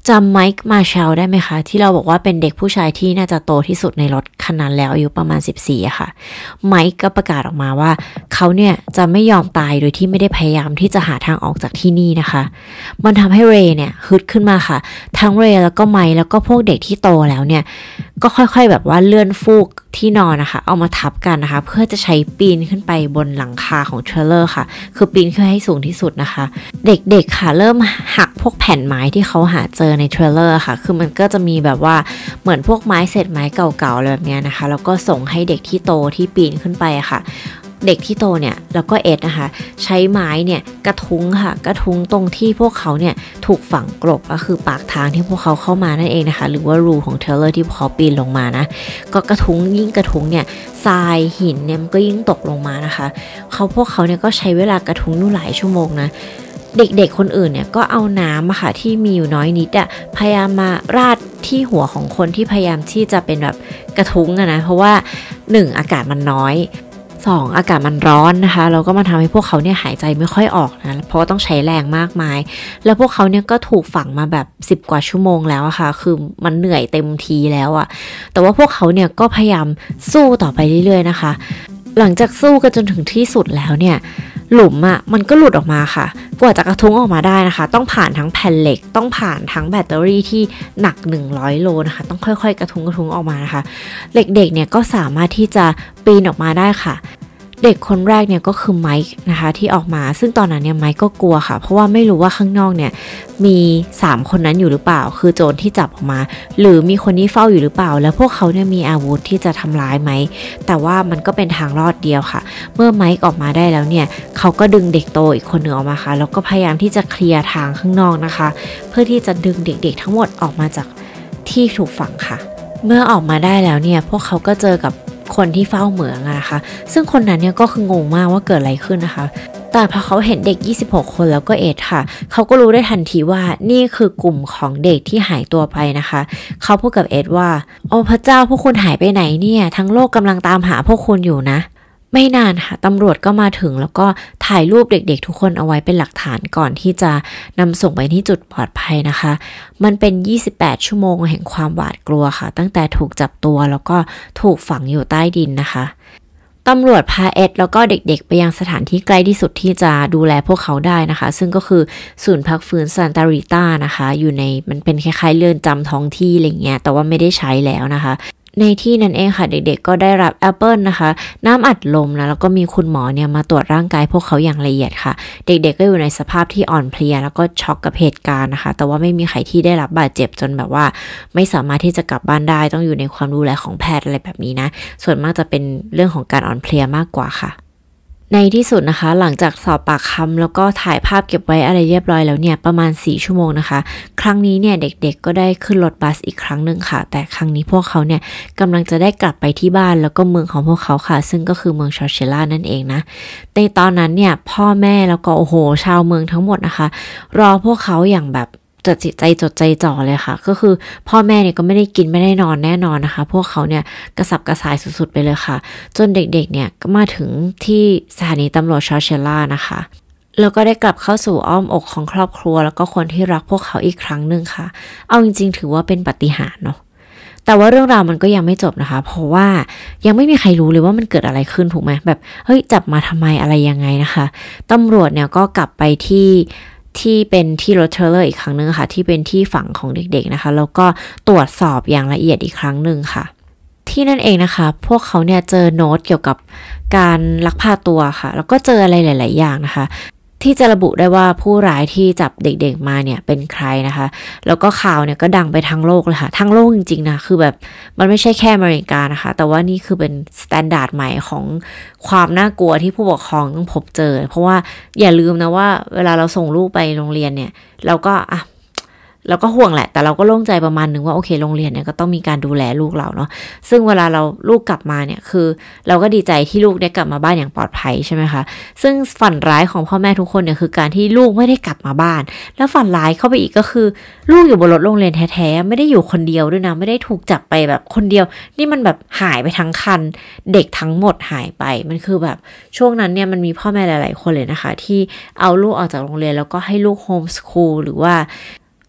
จำไมค์มาเชลได้ไหมคะที่เราบอกว่าเป็นเด็กผู้ชายที่น่าจะโตที่สุดในรถคันนั้นแล้วอายุประมาณ14อะค่ะไมค์ก็ประกาศออกมาว่าเขาเนี่ยจะไม่ยอมตายโดยที่ไม่ได้พยายามที่จะหาทางออกจากที่นี่นะคะมันทำให้เรย์เนี่ยฮึดขึ้นมาค่ะทั้งเรย์แล้วก็ไมค์แล้วก็พวกเด็กที่โตแล้วเนี่ยก็ค่อยๆแบบว่าเลื่อนฟูกที่นอนนะคะเอามาทับกันนะคะเพื่อจะใช้ปีนขึ้นไปบนหลังคาของเทรลเลอร์ค่ะคือปีนขึ้นให้สูงที่สุดนะคะเด็กๆค่ะเริ่มหักพวกแผ่นไม้ที่เขาหาเจอในเทรลเลอร์ค่ะคือมันก็จะมีแบบว่าเหมือนพวกไม้เศษไม้เก่าๆอะไรแบบนี้นะคะแล้วก็ส่งให้เด็กที่โตที่ปีนขึ้นไปค่ะเด็กที่โตเนี่ยแล้วก็เอ็ดนะคะใช้ไม้เนี่ยกระทุ้งค่ะกระทุ้งตรงที่พวกเขาเนี่ยถูกฝังกลบก็คือปากทางที่พวกเขาเข้ามานั่นเองนะคะหรือว่ารูของเทเลอร์ที่พวกเขาปีนลงมานะก็กระทุ้งยิ่งกระทุ้งเนี่ยทรายหินเนี่ยมันก็ยิ่งตกลงมานะคะพวกเขาเนี่ยก็ใช้เวลากระทุ้งอยู่หลายชั่วโมงนะเด็กๆคนอื่นเนี่ยก็เอาน้ำอะค่ะที่มีอยู่น้อยนิดอะพยายามมาราดที่หัวของคนที่พยายามที่จะเป็นแบบกระทุ้งนะเพราะว่า1อากาศมันน้อย2อากาศมันร้อนนะคะแล้วก็มาทำให้พวกเขาเนี่ยหายใจไม่ค่อยออกนะเพราะว่าต้องใช้แรงมากมายแล้วพวกเขาเนี่ยก็ถูกฝังมาแบบ10กว่าชั่วโมงแล้วอะค่ะคือมันเหนื่อยเต็มทีแล้วอะแต่ว่าพวกเขาเนี่ยก็พยายามสู้ต่อไปเรื่อยๆนะคะหลังจากสู้กันจนถึงที่สุดแล้วเนี่ยหลุมอะมันก็หลุดออกมาค่ะกว่าจะกระทุ้งออกมาได้นะคะต้องผ่านทั้งแผ่นเหล็กต้องผ่านทั้งแบตเตอรี่ที่หนัก100โลนะคะต้องค่อยๆกระทุ้งออกมานะคะเด็กๆเนี่ยก็สามารถที่จะปีนออกมาได้ค่ะเด็กคนแรกเนี่ยก็คือไมค์นะคะที่ออกมาซึ่งตอนนั้นเนี่ยไมค์ก็กลัวค่ะเพราะว่าไม่รู้ว่าข้างนอกเนี่ยมี3คนนั้นอยู่หรือเปล่าคือโจรที่จับออกมาหรือมีคนที่เฝ้าอยู่หรือเปล่าแล้วพวกเขาเนี่ยมีอาวุธที่จะทำร้ายไหมแต่ว่ามันก็เป็นทางรอดเดียวค่ะเมื่อไมค์ออกมาได้แล้วเนี่ยเขาก็ดึงเด็กโตอีกคนหนึ่งออกมาค่ะแล้วก็พยายามที่จะเคลียร์ทางข้างนอกนะคะเพื่อที่จะดึงเด็กๆทั้งหมดออกมาจากที่ถูกฝังค่ะเมื่อออกมาได้แล้วเนี่ยพวกเขาก็เจอกับคนที่เฝ้าเหมืองนะคะซึ่งคนนั้นเนี่ยก็คืองงมากว่าเกิดอะไรขึ้นนะคะแต่พอเขาเห็นเด็ก26คนแล้วก็เอ็ดค่ะเขาก็รู้ได้ทันทีว่านี่คือกลุ่มของเด็กที่หายตัวไปนะคะเขาพูดกับเอ็ดว่าโอ้พระเจ้าพวกคุณหายไปไหนเนี่ยทั้งโลกกำลังตามหาพวกคุณอยู่นะไม่นานค่ะตำรวจก็มาถึงแล้วก็ถ่ายรูปเด็กๆทุกคนเอาไว้เป็นหลักฐานก่อนที่จะนำส่งไปที่จุดปลอดภัยนะคะมันเป็น28ชั่วโมงแห่งความหวาดกลัวค่ะตั้งแต่ถูกจับตัวแล้วก็ถูกฝังอยู่ใต้ดินนะคะตำรวจพาเอ็ดแล้วก็เด็กๆไปยังสถานที่ใกล้ที่สุดที่จะดูแลพวกเขาได้นะคะซึ่งก็คือศูนย์พักฟื้นซานตาริต้านะคะอยู่ในมันเป็นคล้ายๆเรือนจำท้องที่อะไรเงี้ยแต่ว่าไม่ได้ใช้แล้วนะคะในที่นั้นเองค่ะเด็กๆก็ได้รับแอปเปิลนะคะน้ำอัดลมนะแล้วก็มีคุณหมอเนี่ยมาตรวจร่างกายพวกเขาอย่างละเอียดค่ะเด็กๆก็อยู่ในสภาพที่อ่อนเพลียแล้วก็ช็อกกับเหตุการณ์นะคะแต่ว่าไม่มีใครที่ได้รับบาดเจ็บจนแบบว่าไม่สามารถที่จะกลับบ้านได้ต้องอยู่ในความดูแลของแพทย์อะไรแบบนี้นะส่วนมากจะเป็นเรื่องของการอ่อนเพลียมากกว่าค่ะในที่สุดนะคะหลังจากสอบปากคำแล้วก็ถ่ายภาพเก็บไว้อะไรเรียบร้อยแล้วเนี่ยประมาณ4ชั่วโมงนะคะครั้งนี้เนี่ยเด็กๆก็ได้ขึ้นรถบัสอีกครั้งหนึ่งค่ะแต่ครั้งนี้พวกเขาเนี่ยกำลังจะได้กลับไปที่บ้านแล้วก็เมืองของพวกเขาค่ะซึ่งก็คือเมืองชอร์เชล่านั่นเองนะในตอนนั้นเนี่ยพ่อแม่แล้วก็โอ้โหชาวเมืองทั้งหมดนะคะรอพวกเขาอย่างแบบจดใจจ่อเลยค่ะก็คือพ่อแม่เนี่ยก็ไม่ได้กินไม่ได้นอนแน่นอนนะคะพวกเขาเนี่ยกระสับกระส่ายสุดๆไปเลยค่ะจนเด็กๆเนี่ยก็มาถึงที่สถานีตำรวจชอร์เชล่านะคะแล้วก็ได้กลับเข้าสู่อ้อมอกของครอบครัวแล้วก็คนที่รักพวกเขาอีกครั้งหนึ่งค่ะเอาจริงๆถือว่าเป็นปาฏิหาริย์เนาะแต่ว่าเรื่องราวมันก็ยังไม่จบนะคะเพราะว่ายังไม่มีใครรู้เลยว่ามันเกิดอะไรขึ้นถูกไหมแบบเฮ้ยจับมาทำไมอะไรยังไงนะคะตำรวจเนี่ยก็กลับไปที่เป็นที่รถเทรลเลอร์อีกครั้งนึงค่ะที่เป็นที่ฝังของเด็กๆนะคะแล้วก็ตรวจสอบอย่างละเอียดอีกครั้งหนึ่งค่ะที่นั่นเองนะคะพวกเขาเนี่ยเจอโน้ตเกี่ยวกับการลักพาตัวค่ะแล้วก็เจออะไรหลายๆอย่างนะคะที่จะระบุได้ว่าผู้ร้ายที่จับเด็กๆมาเนี่ยเป็นใครนะคะแล้วก็ข่าวเนี่ยก็ดังไปทั้งโลกเลยค่ะทั้งโลกจริงๆนะคือแบบมันไม่ใช่แค่อเมริกานะคะแต่ว่านี่คือเป็นสแตนดาร์ดใหม่ของความน่ากลัวที่ผู้ปกครองต้องพบเจอเพราะว่าอย่าลืมนะว่าเวลาเราส่งลูกไปโรงเรียนเนี่ยเราก็ห่วงแหละแต่เราก็โล่งใจประมาณนึงว่าโอเคโรงเรียนเนี่ยก็ต้องมีการดูแลลูกเราเนาะซึ่งเวลาเราลูกกลับมาเนี่ยคือเราก็ดีใจที่ลูกได้กลับมาบ้านอย่างปลอดภัยใช่ไหมคะซึ่งฝันร้ายของพ่อแม่ทุกคนเนี่ยคือการที่ลูกไม่ได้กลับมาบ้านแล้วฝันร้ายเข้าไปอีกก็คือลูกอยู่บนรถโรงเรียนแท้ๆไม่ได้อยู่คนเดียวด้วยนะไม่ได้ถูกจับไปแบบคนเดียวนี่มันแบบหายไปทั้งคันเด็กทั้งหมดหายไปมันคือแบบช่วงนั้นเนี่ยมันมีพ่อแม่หลายๆคนเลยนะคะที่เอาลูกออกจากโรงเรียนแล้วก็ให้ลูกโฮมสคูลหรือว่า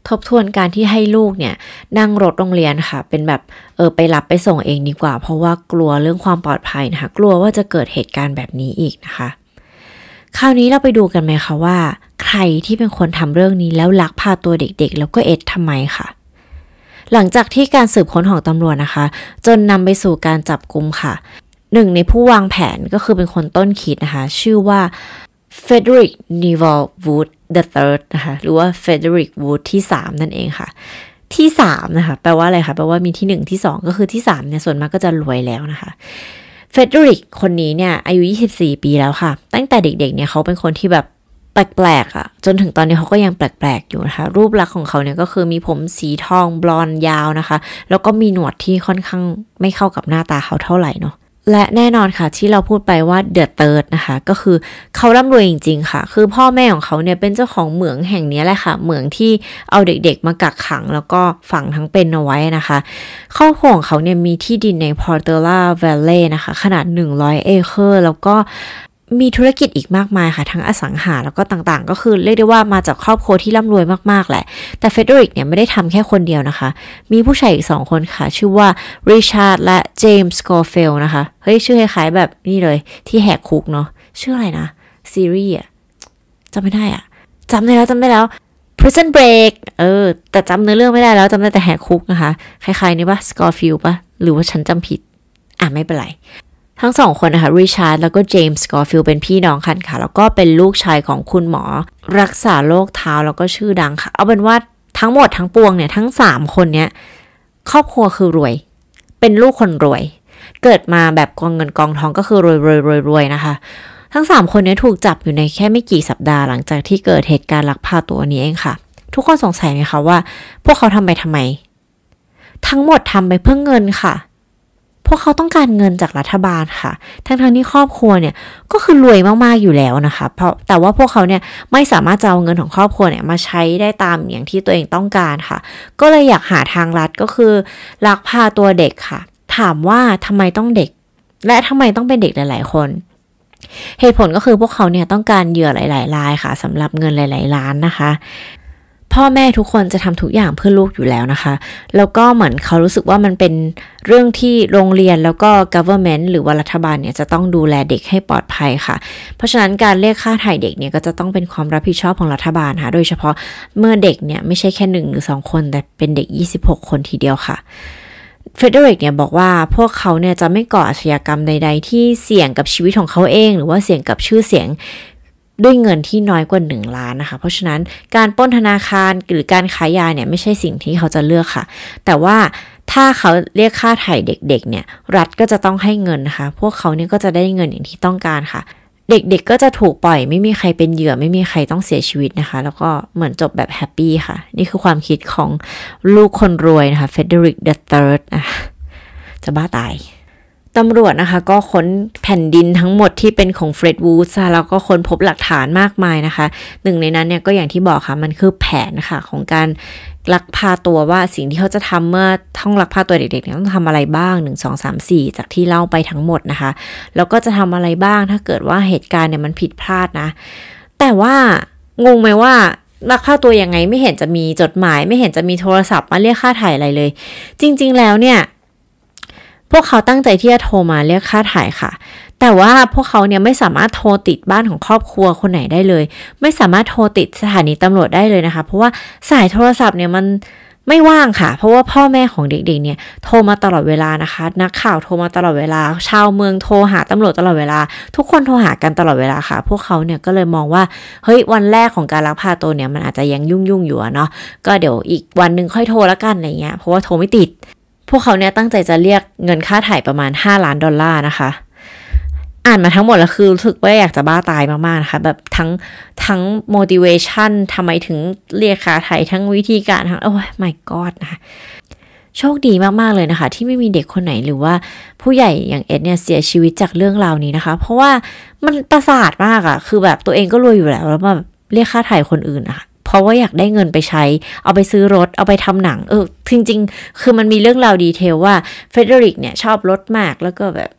ทบทวนการที่ให้ลูกเนี่ยนั่งรถโรงเรียนค่ะเป็นแบบไปรับไปส่งเองดีกว่าเพราะว่ากลัวเรื่องความปลอดภัยนะคะกลัวว่าจะเกิดเหตุการณ์แบบนี้อีกนะคะคราวนี้เราไปดูกันไหมคะว่าใครที่เป็นคนทำเรื่องนี้แล้วลักพาตัวเด็กๆแล้วก็ทำไมค่ะหลังจากที่การสืบค้นของตำรวจนะคะจนนำไปสู่การจับกุมค่ะหนึ่งในผู้วางแผนก็คือเป็นคนต้นคิดนะคะชื่อว่าเฟเดริก นีวอล วูด III นะคะหรือว่าเฟเดริก วูดที่3นั่นเองค่ะที่3นะคะแปลว่าอะไรคะแปลว่ามีที่1ที่2ก็คือที่3เนี่ยส่วนมากก็จะรวยแล้วนะคะเฟเดริกคนนี้เนี่ยอายุ24ปีแล้วค่ะตั้งแต่เด็กๆเนี่ยเขาเป็นคนที่แบบแปลกๆอ่ะจนถึงตอนนี้เขาก็ยังแปลกๆอยู่นะคะรูปลักษณ์ของเขาเนี่ยก็คือมีผมสีทองบลอนด์ยาวนะคะแล้วก็มีหนวดที่ค่อนข้างไม่เข้ากับหน้าตาเขาเท่าไหร่เนาะและแน่นอนค่ะที่เราพูดไปว่าเดอะเติร์ดนะคะก็คือเขาร่ำรวยจริงๆค่ะคือพ่อแม่ของเขาเนี่ยเป็นเจ้าของเหมืองแห่งนี้แหละค่ะเหมืองที่เอาเด็กๆมากักขังแล้วก็ฝังทั้งเป็นเอาไว้นะคะครอบครัวของเขาเนี่ยมีที่ดินในพอร์เตล่าแวลเลย์นะคะขนาด100 เอเคอร์แล้วก็มีธุรกิจอีกมากมายค่ะทั้งอสังหาแล้วก็ต่างๆก็คือเรียกได้ว่ามาจากครอบครัวที่ร่ำรวยมากๆแหละแต่เฟเดริกเนี่ยไม่ได้ทำแค่คนเดียวนะคะมีผู้ชายอีก2 คนค่ะชื่อว่าริชาร์ดและเจมส์ สกอร์เฟลนะคะเฮ้ยชื่อคล้ายๆแบบนี่เลยที่แหกคุกเนาะชื่ออะไรนะซีรีส์อะจำไม่ได้อะจำได้แล้ว Prison Break แต่จำเนื้อเรื่องไม่ได้แล้วจำได้แต่แหกคุกนะคะคล้ายๆนี่ปะสกอร์ฟิลปะหรือว่าฉันจำผิดไม่เป็นไรทั้ง2 คนนะคะริชาร์ดแล้วก็เจมส์ สกอร์ฟิลเป็นพี่น้องกันค่ะแล้วก็เป็นลูกชายของคุณหมอรักษาโรคเท้าแล้วก็ชื่อดังค่ะเอาเป็นว่าทั้งหมดทั้งปวงเนี่ยทั้ง3 คนเนี้ยครอบครัวคือรวยเป็นลูกคนรวยเกิดมาแบบกองเงินกองทองก็คือรวยนะคะทั้ง3 คนนี้ถูกจับอยู่ในแค่ไม่กี่สัปดาห์หลังจากที่เกิดเหตุการณ์ลักพาตัวนี้เองค่ะทุกคนสงสัยไหมคะว่าพวกเขาทำไปทำไมทั้งหมดทำไปเพื่อเงินค่ะพวกเขาต้องการเงินจากรัฐบาลค่ะทั้งที่ครอบครัวเนี่ยก็คือรวยมากๆอยู่แล้วนะคะแต่ว่าพวกเขาเนี่ยไม่สามารถจะเอาเงินของครอบครัวเนี่ยมาใช้ได้ตามอย่างที่ตัวเองต้องการค่ะก็เลยอยากหาทางลัดก็คือลักพาตัวเด็กค่ะถามว่าทำไมต้องเด็กและทำไมต้องเป็นเด็กหลายๆคนเหตุผลก็คือพวกเขาเนี่ยต้องการเหยื่อหลายๆรายค่ะสำหรับเงินหลายๆล้านนะคะพ่อแม่ทุกคนจะทำทุกอย่างเพื่อลูกอยู่แล้วนะคะแล้วก็เหมือนเขารู้สึกว่ามันเป็นเรื่องที่โรงเรียนแล้วก็ government หรือว่ารัฐบาลเนี่ยจะต้องดูแลเด็กให้ปลอดภัยค่ะเพราะฉะนั้นการเรียกค่าไถ่เด็กเนี่ยก็จะต้องเป็นความรับผิดชอบของรัฐบาลค่ะโดยเฉพาะเมื่อเด็กเนี่ยไม่ใช่แค่1 หรือ 2 คนแต่เป็นเด็ก26 คนทีเดียวค่ะเฟเดริกเนี่ยบอกว่าพวกเขาเนี่ยจะไม่ก่ออาชญากรรมใดๆที่เสี่ยงกับชีวิตของเขาเองหรือว่าเสี่ยงกับชื่อเสียงด้วยเงินที่น้อยกว่า1 ล้านนะคะเพราะฉะนั้นการปล้นธนาคารหรือการขายยาเนี่ยไม่ใช่สิ่งที่เขาจะเลือกค่ะแต่ว่าถ้าเขาเรียกค่าไถ่เด็กๆเนี่ยรัฐก็จะต้องให้เงินนะคะพวกเขาเนี่ยก็จะได้เงินอย่างที่ต้องการค่ะเด็กๆก็จะถูกปล่อยไม่มีใครเป็นเหยื่อไม่มีใครต้องเสียชีวิตนะคะแล้วก็เหมือนจบแบบแฮปปี้ค่ะนี่คือความคิดของลูกคนรวยนะคะเฟเดริก III จะบ้าตายตำรวจนะคะก็ค้นแผ่นดินทั้งหมดที่เป็นของเฟร็ดวูดส์แล้วก็ค้นพบหลักฐานมากมายนะคะหนึ่งในนั้นเนี่ยก็อย่างที่บอกค่ะมันคือแผนค่ะของการลักพาตัวว่าสิ่งที่เขาจะทำเมื่อท่องลักพาตัวเด็กๆเนี่ยต้องทำอะไรบ้าง1 2 3 4จากที่เล่าไปทั้งหมดนะคะแล้วก็จะทำอะไรบ้างถ้าเกิดว่าเหตุการณ์เนี่ยมันผิดพลาดนะแต่ว่างงไหมว่าลักพาตัวยังไงไม่เห็นจะมีจดหมายไม่เห็นจะมีโทรศัพท์มาเรียกค่าไถ่อะไรเลยจริงๆแล้วเนี่ยพวกเขาตั้งใจที่จะโทรมาเรียกค่าไถ่ค่ะแต่ว่าพวกเขาเนี่ยไม่สามารถโทรติดบ้านของครอบครัวคนไหนได้เลยไม่สามารถโทรติดสถานีตำรวจได้เลยนะคะเพราะว่าสายโทรศัพท์เนี่ยมันไม่ว่างค่ะเพราะว่าพ่อแม่ของเด็กๆเนี่ยโทรมาตลอดเวลานะคะนักข่าวโทรมาตลอดเวลาชาวเมืองโทรหาตำรวจตลอดเวลาทุกคนโทรหากันตลอดเวลาค่ะพวกเขาเนี่ยก็เลยมองว่าเฮ้ยวันแรกของการลักพาตัวเนี่ยมันอาจจะยังยุ่งอยู่เนาะก็เดี๋ยวอีกวันนึงค่อยโทรละกันอะไรเงี้ยเพราะว่าโทรไม่ติดพวกเขาเนี่ยตั้งใจจะเรียกเงินค่าไถ่ประมาณ$5 ล้านนะคะอ่านมาทั้งหมดแล้วคือรู้สึกว่าอยากจะบ้าตายมากๆนะคะแบบทั้ง motivation ทำไมถึงเรียกค่าไถ่ทั้งวิธีการทั้งโอ้ย my god นะคะโชคดีมากๆเลยนะคะที่ไม่มีเด็กคนไหนหรือว่าผู้ใหญ่อย่างเอ็ดเนี่ยเสียชีวิตจากเรื่องราวนี้นะคะเพราะว่ามันประสาทมากอะคือแบบตัวเองก็รวยอยู่แล้วมาเรียกค่าไถ่คนอื่นอะเพราะว่าอยากได้เงินไปใช้เอาไปซื้อรถเอาไปทำหนังจริงๆคือมันมีเรื่องราวดีเทลว่าเฟเดริกเนี่ยชอบรถมากแล้วก็แบบ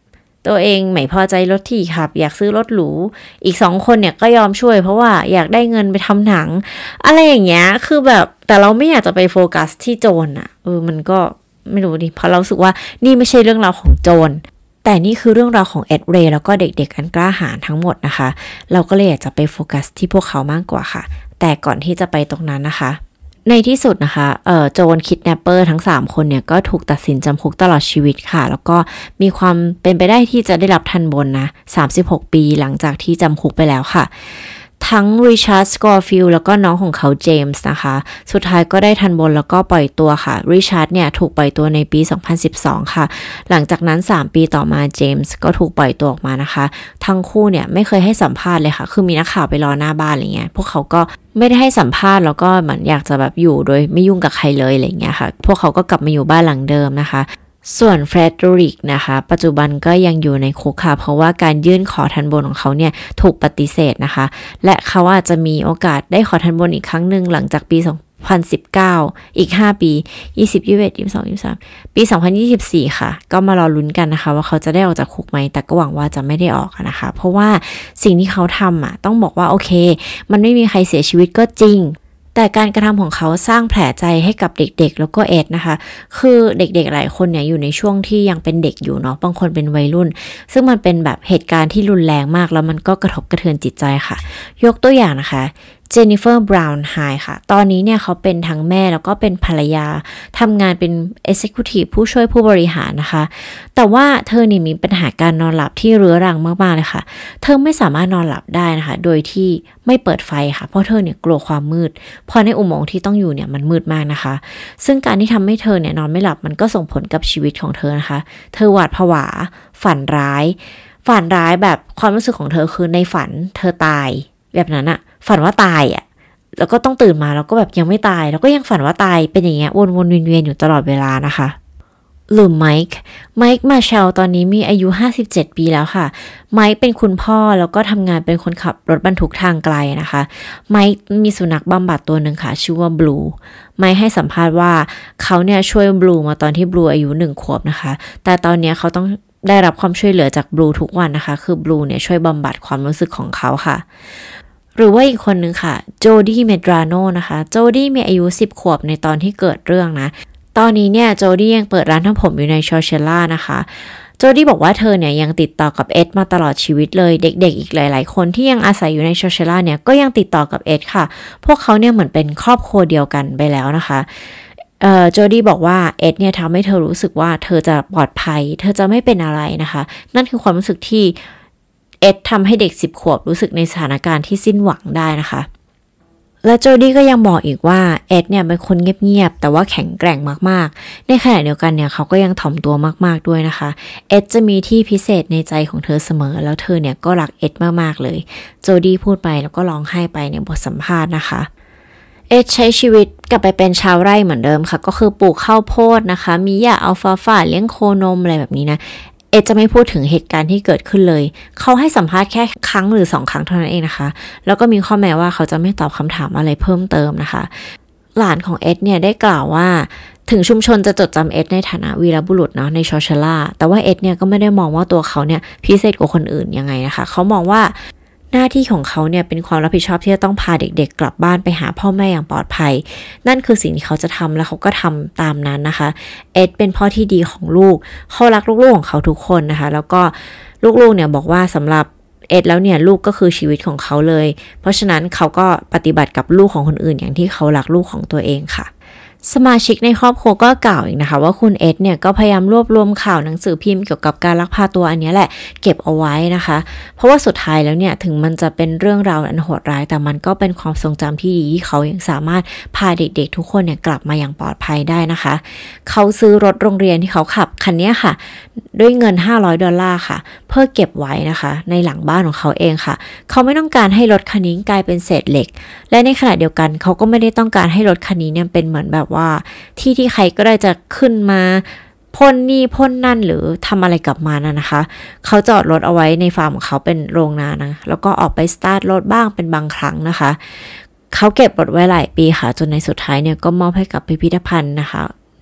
ตัวเองไม่พอใจรถที่ขับอยากซื้อรถหรูอีก2คนเนี่ยก็ยอมช่วยเพราะว่าอยากได้เงินไปทำหนังอะไรอย่างเงี้ยคือแบบแต่เราไม่อยากจะไปโฟกัสที่โจรอ่ะมันก็ไม่รู้ดิเพราะเราสึกว่านี่ไม่ใช่เรื่องราวของโจรแต่นี่คือเรื่องราวของเอ็ดเรย์แล้วก็เด็กๆอันกล้าหาญทั้งหมดนะคะเราก็เลยอยากจะไปโฟกัสที่พวกเขามากกว่าค่ะแต่ก่อนที่จะไปตรงนั้นนะคะในที่สุดนะคะโจรคิดแนปเปอร์ทั้ง3คนเนี่ยก็ถูกตัดสินจำคุกตลอดชีวิตค่ะแล้วก็มีความเป็นไปได้ที่จะได้รับทันบนนะ36 ปีหลังจากที่จำคุกไปแล้วค่ะทั้งริชาร์ด สกอร์ฟิลด์แล้วก็น้องของเขาเจมส์นะคะสุดท้ายก็ได้ทันบนแล้วก็ปล่อยตัวค่ะริชาร์ดเนี่ยถูกปล่อยตัวในปี2012ค่ะหลังจากนั้น3ปีต่อมาเจมส์ก็ถูกปล่อยตัวออกมานะคะทั้งคู่เนี่ยไม่เคยให้สัมภาษณ์เลยค่ะคือมีนักข่าวไปรอหน้าบ้านอะไรเงี้ยพวกเขาก็ไม่ได้ให้สัมภาษณ์แล้วก็เหมือนอยากจะแบบอยู่โดยไม่ยุ่งกับใครเลยอะไรเงี้ยค่ะพวกเขาก็กลับมาอยู่บ้านหลังเดิมนะคะส่วนเฟรเดริกนะคะปัจจุบันก็ยังอยู่ในคุกค่ะเพราะว่าการยื่นขอทันบนของเขาเนี่ยถูกปฏิเสธนะคะและเขาอาจจะมีโอกาสได้ขอทันบนอีกครั้งหนึ่งหลังจากปี2019อีก5ปี20 21 22 23ปี2024ค่ะก็มารอลุ้นกันนะคะว่าเขาจะได้ออกจากคุกไหมแต่ก็หวังว่าจะไม่ได้ออกนะคะเพราะว่าสิ่งที่เขาทำต้องบอกว่าโอเคมันไม่มีใครเสียชีวิตก็จริงแต่การกระทำของเขาสร้างแผลใจให้กับเด็กๆแล้วก็เอ็ดนะคะคือเด็กๆหลายคนเนี่ยอยู่ในช่วงที่ยังเป็นเด็กอยู่เนาะบางคนเป็นวัยรุ่นซึ่งมันเป็นแบบเหตุการณ์ที่รุนแรงมากแล้วมันก็กระทบกระเทือนจิตใจค่ะยกตัวอย่างนะคะเจนนิเฟอร์ บราวน์ไฮค่ะตอนนี้เนี่ยเขาเป็นทั้งแม่แล้วก็เป็นภรรยาทำงานเป็น Executive ผู้ช่วยผู้บริหารนะคะแต่ว่าเธอนี่มีปัญหาการนอนหลับที่เรื้อรังมากๆเลยค่ะเธอไม่สามารถนอนหลับได้นะคะโดยที่ไม่เปิดไฟค่ะเพราะเธอเนี่ยกลัวความมืดเพราะในอุโมงค์ที่ต้องอยู่เนี่ยมันมืดมากนะคะซึ่งการที่ทำให้เธอเนี่ยนอนไม่หลับมันก็ส่งผลกับชีวิตของเธอนะคะเธอหวาดผวาฝันร้ายแบบความรู้สึกของเธอคือในฝันเธอตายแบบนั้นอะฝันว่าตายแล้วก็ต้องตื่นมาแล้วก็แบบยังไม่ตายแล้วก็ยังฝันว่าตายเป็นอย่างเงี้ยวนๆเวียนๆอยู่ตลอดเวลานะคะหรือไมค์มาเชลตอนนี้มีอายุ57 ปีแล้วค่ะไมค์เป็นคุณพ่อแล้วก็ทำงานเป็นคนขับรถบรรทุกทางไกลนะคะไมค์มีสุนัขบำบัดตัวหนึ่งค่ะชื่อว่าบลูไมค์ให้สัมภาษณ์ว่าเขาเนี่ยช่วยบลูมาตอนที่บลูอายุ1 ขวบนะคะแต่ตอนนี้เขาต้องได้รับความช่วยเหลือจากบลูทุกวันนะคะคือบลูเนี่ยช่วยบำบัดความรู้สึกของเขาค่ะหรือว่าอีกคนนึงค่ะโจดี้ เมดราโนนะคะโจดี้มีอายุ10 ขวบในตอนที่เกิดเรื่องนะตอนนี้เนี่ยโจดี้ยังเปิดร้านทำผมอยู่ในชอร์เชลล่านะคะโจดี้บอกว่าเธอเนี่ยยังติดต่อกับเอ็ดมาตลอดชีวิตเลยเด็กๆอีกหลายๆคนที่ยังอาศัยอยู่ในชอร์เชลล่าเนี่ยก็ยังติดต่อกับเอ็ดค่ะพวกเขาเนี่ยเหมือนเป็นครอบครัวเดียวกันไปแล้วนะคะโจดี้บอกว่าเอ็ดเนี่ยทำให้เธอรู้สึกว่าเธอจะปลอดภัยเธอจะไม่เป็นอะไรนะคะนั่นคือความรู้สึกที่เอ็ดทำให้เด็ก10 ขวบรู้สึกในสถานการณ์ที่สิ้นหวังได้นะคะและโจดี้ก็ยังบอกอีกว่าเอ็ดเนี่ยเป็นคนเงียบๆแต่ว่าแข็งแกร่งมากๆในขณะเดียวกันเนี่ยเขาก็ยังถ่อมตัวมากๆด้วยนะคะเอ็ดจะมีที่พิเศษในใจของเธอเสมอแล้วเธอเนี่ยก็รักเอ็ดมากๆเลยโจดี้พูดไปแล้วก็ร้องไห้ไปในบทสัมภาษณ์นะคะเอ็ดใช้ชีวิตกลับไปเป็นชาวไร่เหมือนเดิมค่ะก็คือปลูกข้าวโพดนะคะมีหญ้าอัลฟาฟาเลี้ยงโคนมอะไรแบบนี้นะเอ็ดจะไม่พูดถึงเหตุการณ์ที่เกิดขึ้นเลยเขาให้สัมภาษณ์แค่ครั้งหรือ2 ครั้งเท่านั้นเองนะคะแล้วก็มีข้อแม้ว่าเขาจะไม่ตอบคำถามอะไรเพิ่มเติมนะคะหลานของเอ็ดเนี่ยได้กล่าวว่าถึงชุมชนจะจดจำเอ็ดในฐานะวีรบุรุษเนาะในชอร์เชลล่าแต่ว่าเอ็ดเนี่ยก็ไม่ได้มองว่าตัวเขาเนี่ยพิเศษกว่าคนอื่นยังไงนะคะเขามองว่าหน้าที่ของเขาเนี่ยเป็นความรับผิดชอบที่จะต้องพาเด็กๆกลับบ้านไปหาพ่อแม่อย่างปลอดภัยนั่นคือสิ่งที่เขาจะทำและเขาก็ทำตามนั้นนะคะเอ็ดเป็นพ่อที่ดีของลูกเขารักลูกๆของเขาทุกคนนะคะแล้วก็ลูกๆเนี่ยบอกว่าสำหรับเอ็ดแล้วเนี่ยลูกก็คือชีวิตของเขาเลยเพราะฉะนั้นเขาก็ปฏิบัติกับลูกของคนอื่นอย่างที่เขารักลูกของตัวเองค่ะสมาชิกในครอบครัวก็กล่าวอีกนะคะว่าคุณเอ็ดเนี่ยก็พยายามรวบรวมข่าวหนังสือพิมพ์เกี่ยวกับการลักพาตัวอันนี้แหละเก็บเอาไว้นะคะเพราะว่าสุดท้ายแล้วเนี่ยถึงมันจะเป็นเรื่องราวอันโหดร้ายแต่มันก็เป็นความทรงจำที่ดีที่เขายังสามารถพาเด็กๆทุกคนเนี่ยกลับมาอย่างปลอดภัยได้นะคะเขาซื้อรถโรงเรียนที่เขาขับคันนี้ค่ะด้วยเงิน$500ค่ะเพื่อเก็บไว้นะคะในหลังบ้านของเขาเองค่ะเขาไม่ต้องการให้รถคันนี้กลายเป็นเศษเหล็กและในขณะเดียวกันเขาก็ไม่ได้ต้องการให้รถคันนี้เนี่ยเป็นเหมือนแบบว่าที่ใครก็ได้จะขึ้นมาพ่นนี่พ่นนั่นหรือทำอะไรกับมันนะคะเขาจอดรถเอาไว้ในฟาร์มของเขาเป็นโรงนานะแล้วก็ออกไปสตาร์ทรถบ้างเป็นบางครั้งนะคะเขาเก็บรถไว้หลายปีค่ะจนในสุดท้ายเนี่ยก็มอบให้กับพิพิธภัณฑ์นะคะ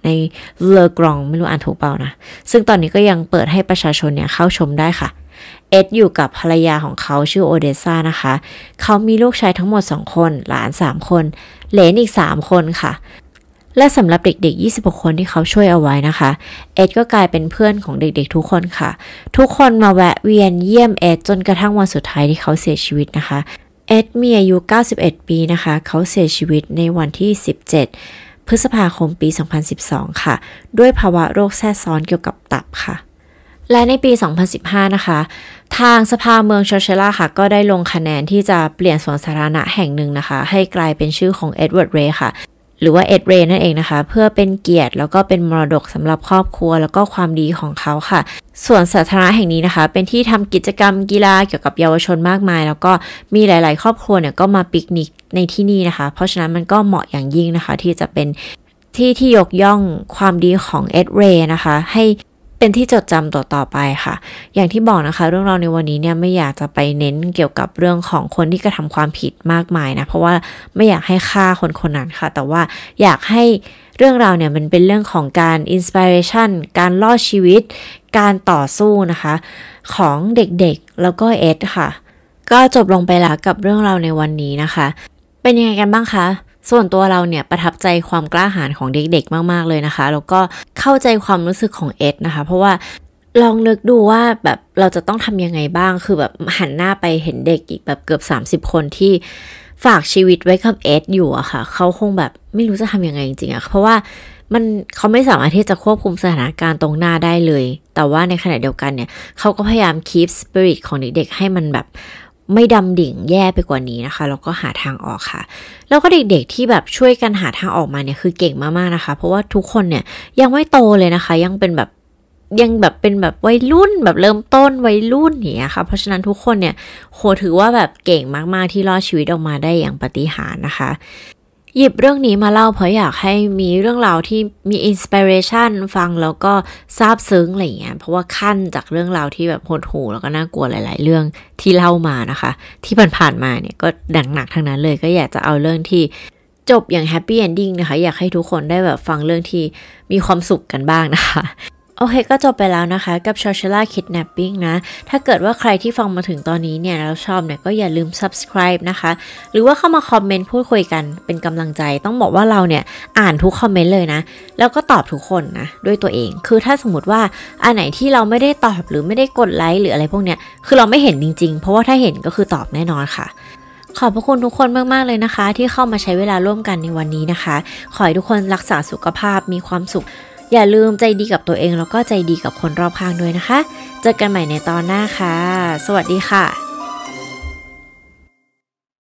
ในเลอกรองไม่รู้อ่านถูกเปล่านะซึ่งตอนนี้ก็ยังเปิดให้ประชาชนเนี่ยเข้าชมได้ค่ะเอ็ดอยู่กับภรรยาของเขาชื่อโอเดซ่านะคะเขามีลูกชายทั้งหมด2คนหลาน3คนเหลนอีก3คนค่ะและสำหรับเด็กๆ26คนที่เขาช่วยเอาไว้นะคะเอ็ดก็กลายเป็นเพื่อนของเด็กๆทุกคนค่ะทุกคนมาแวะเวียนเยี่ยมเอ็ดจนกระทั่งวันสุดท้ายที่เขาเสียชีวิตนะคะเอ็ดมีอายุ91ปีนะคะเขาเสียชีวิตในวันที่17พฤษภาคมปี2012ค่ะด้วยภาวะโรคแทรกซ้อนเกี่ยวกับตับค่ะและในปี2015นะคะทางสภาเมืองชอเชล่าค่ะก็ได้ลงคะแนนที่จะเปลี่ยนสวนสาธารณะแห่งหนึ่งนะคะให้กลายเป็นชื่อของเอ็ดเวิร์ดเรย์ค่ะหรือว่าเอ็ดเรย์นั่นเองนะคะเพื่อเป็นเกียรติแล้วก็เป็นมรดกสำหรับครอบครัวแล้วก็ความดีของเขาค่ะส่วนสาธารณะแห่งนี้นะคะเป็นที่ทำกิจกรรมกีฬาเกี่ยวกับเยาวชนมากมายแล้วก็มีหลายๆครอบครัวเนี่ยก็มาปิกนิกในที่นี่นะคะเพราะฉะนั้นมันก็เหมาะอย่างยิ่งนะคะที่จะเป็นที่ยกย่องความดีของเอ็ดเรย์นะคะให้เป็นที่จดจำต่อไปค่ะอย่างที่บอกนะคะเรื่องราวในวันนี้เนี่ยไม่อยากจะไปเน้นเกี่ยวกับเรื่องของคนที่กระทำความผิดมากมายนะเพราะว่าไม่อยากให้ฆ่าคนคนนั้นค่ะแต่ว่าอยากให้เรื่องราวเนี่ยมันเป็นเรื่องของการอินสปิเรชันการรอดชีวิตการต่อสู้นะคะของเด็กๆแล้วก็เอ็ดค่ะก็จบลงไปแล้วกับเรื่องราวในวันนี้นะคะเป็นยังไงกันบ้างคะส่วนตัวเราเนี่ยประทับใจความกล้าหาญของเด็กๆมากๆเลยนะคะแล้วก็เข้าใจความรู้สึกของเอ็ดนะคะเพราะว่าลองนึกดูว่าแบบเราจะต้องทำยังไงบ้างคือแบบหันหน้าไปเห็นเด็กอีกแบบเกือบ30คนที่ฝากชีวิตไว้กับเอ็ดอยู่อะค่ะเขาคงแบบไม่รู้จะทำยังไงจริงๆอะเพราะว่าเขาไม่สามารถที่จะควบคุมสถานการณ์ตรงหน้าได้เลยแต่ว่าในขณะเดียวกันเนี่ยเขาก็พยายาม keep spirit ของเด็กๆให้มันแบบไม่ดำดิ่งแย่ไปกว่านี้นะคะแล้วก็หาทางออกค่ะแล้วก็เด็กๆที่แบบช่วยกันหาทางออกมาเนี่ยคือเก่งมากๆนะคะเพราะว่าทุกคนเนี่ยยังไม่โตเลยนะคะยังเป็นแบบเป็นแบบวัยรุ่นแบบเริ่มต้นวัยรุ่นอย่างเงี้ยค่ะเพราะฉะนั้นทุกคนเนี่ยโหถือว่าแบบเก่งมากๆที่รอดชีวิตออกมาได้อย่างปาฏิหาริย์นะคะหยิบเรื่องนี้มาเล่าเพราะอยากให้มีเรื่องราวที่มีอินสปิเรชันฟังแล้วก็ซาบซึ้งอะไรอย่างเงี้ยเพราะว่าขั้นจากเรื่องราวที่แบบโหดหูแล้วก็น่ากลัวหลายๆเรื่องที่เล่ามานะคะที่ผ่านๆมาเนี่ยก็ดังหนักทั้งนั้นเลยก็อยากจะเอาเรื่องที่จบอย่างแฮปปี้เอนดิ้งนะคะอยากให้ทุกคนได้แบบฟังเรื่องที่มีความสุขกันบ้างนะคะโอเคก็จบไปแล้วนะคะกับ Churchilla Kidnapping นะถ้าเกิดว่าใครที่ฟังมาถึงตอนนี้เนี่ยแล้วชอบเนี่ยก็อย่าลืม subscribe นะคะหรือว่าเข้ามาคอมเมนต์พูดคุยกันเป็นกำลังใจต้องบอกว่าเราเนี่ยอ่านทุกคอมเมนต์เลยนะแล้วก็ตอบทุกคนนะด้วยตัวเองคือถ้าสมมติว่าอันไหนที่เราไม่ได้ตอบหรือไม่ได้กดไลค์หรืออะไรพวกเนี้ยคือเราไม่เห็นจริงๆเพราะว่าถ้าเห็นก็คือตอบแน่นอนค่ะขอบพระคุณทุกคนมากๆเลยนะคะที่เข้ามาใช้เวลาร่วมกันในวันนี้นะคะขอให้ทุกคนรักษาสุขภาพมีความสุขอย่าลืมใจดีกับตัวเองแล้วก็ใจดีกับคนรอบข้างด้วยนะคะเจอกันใหม่ในตอนหน้าค่ะสวัสดีค่ะ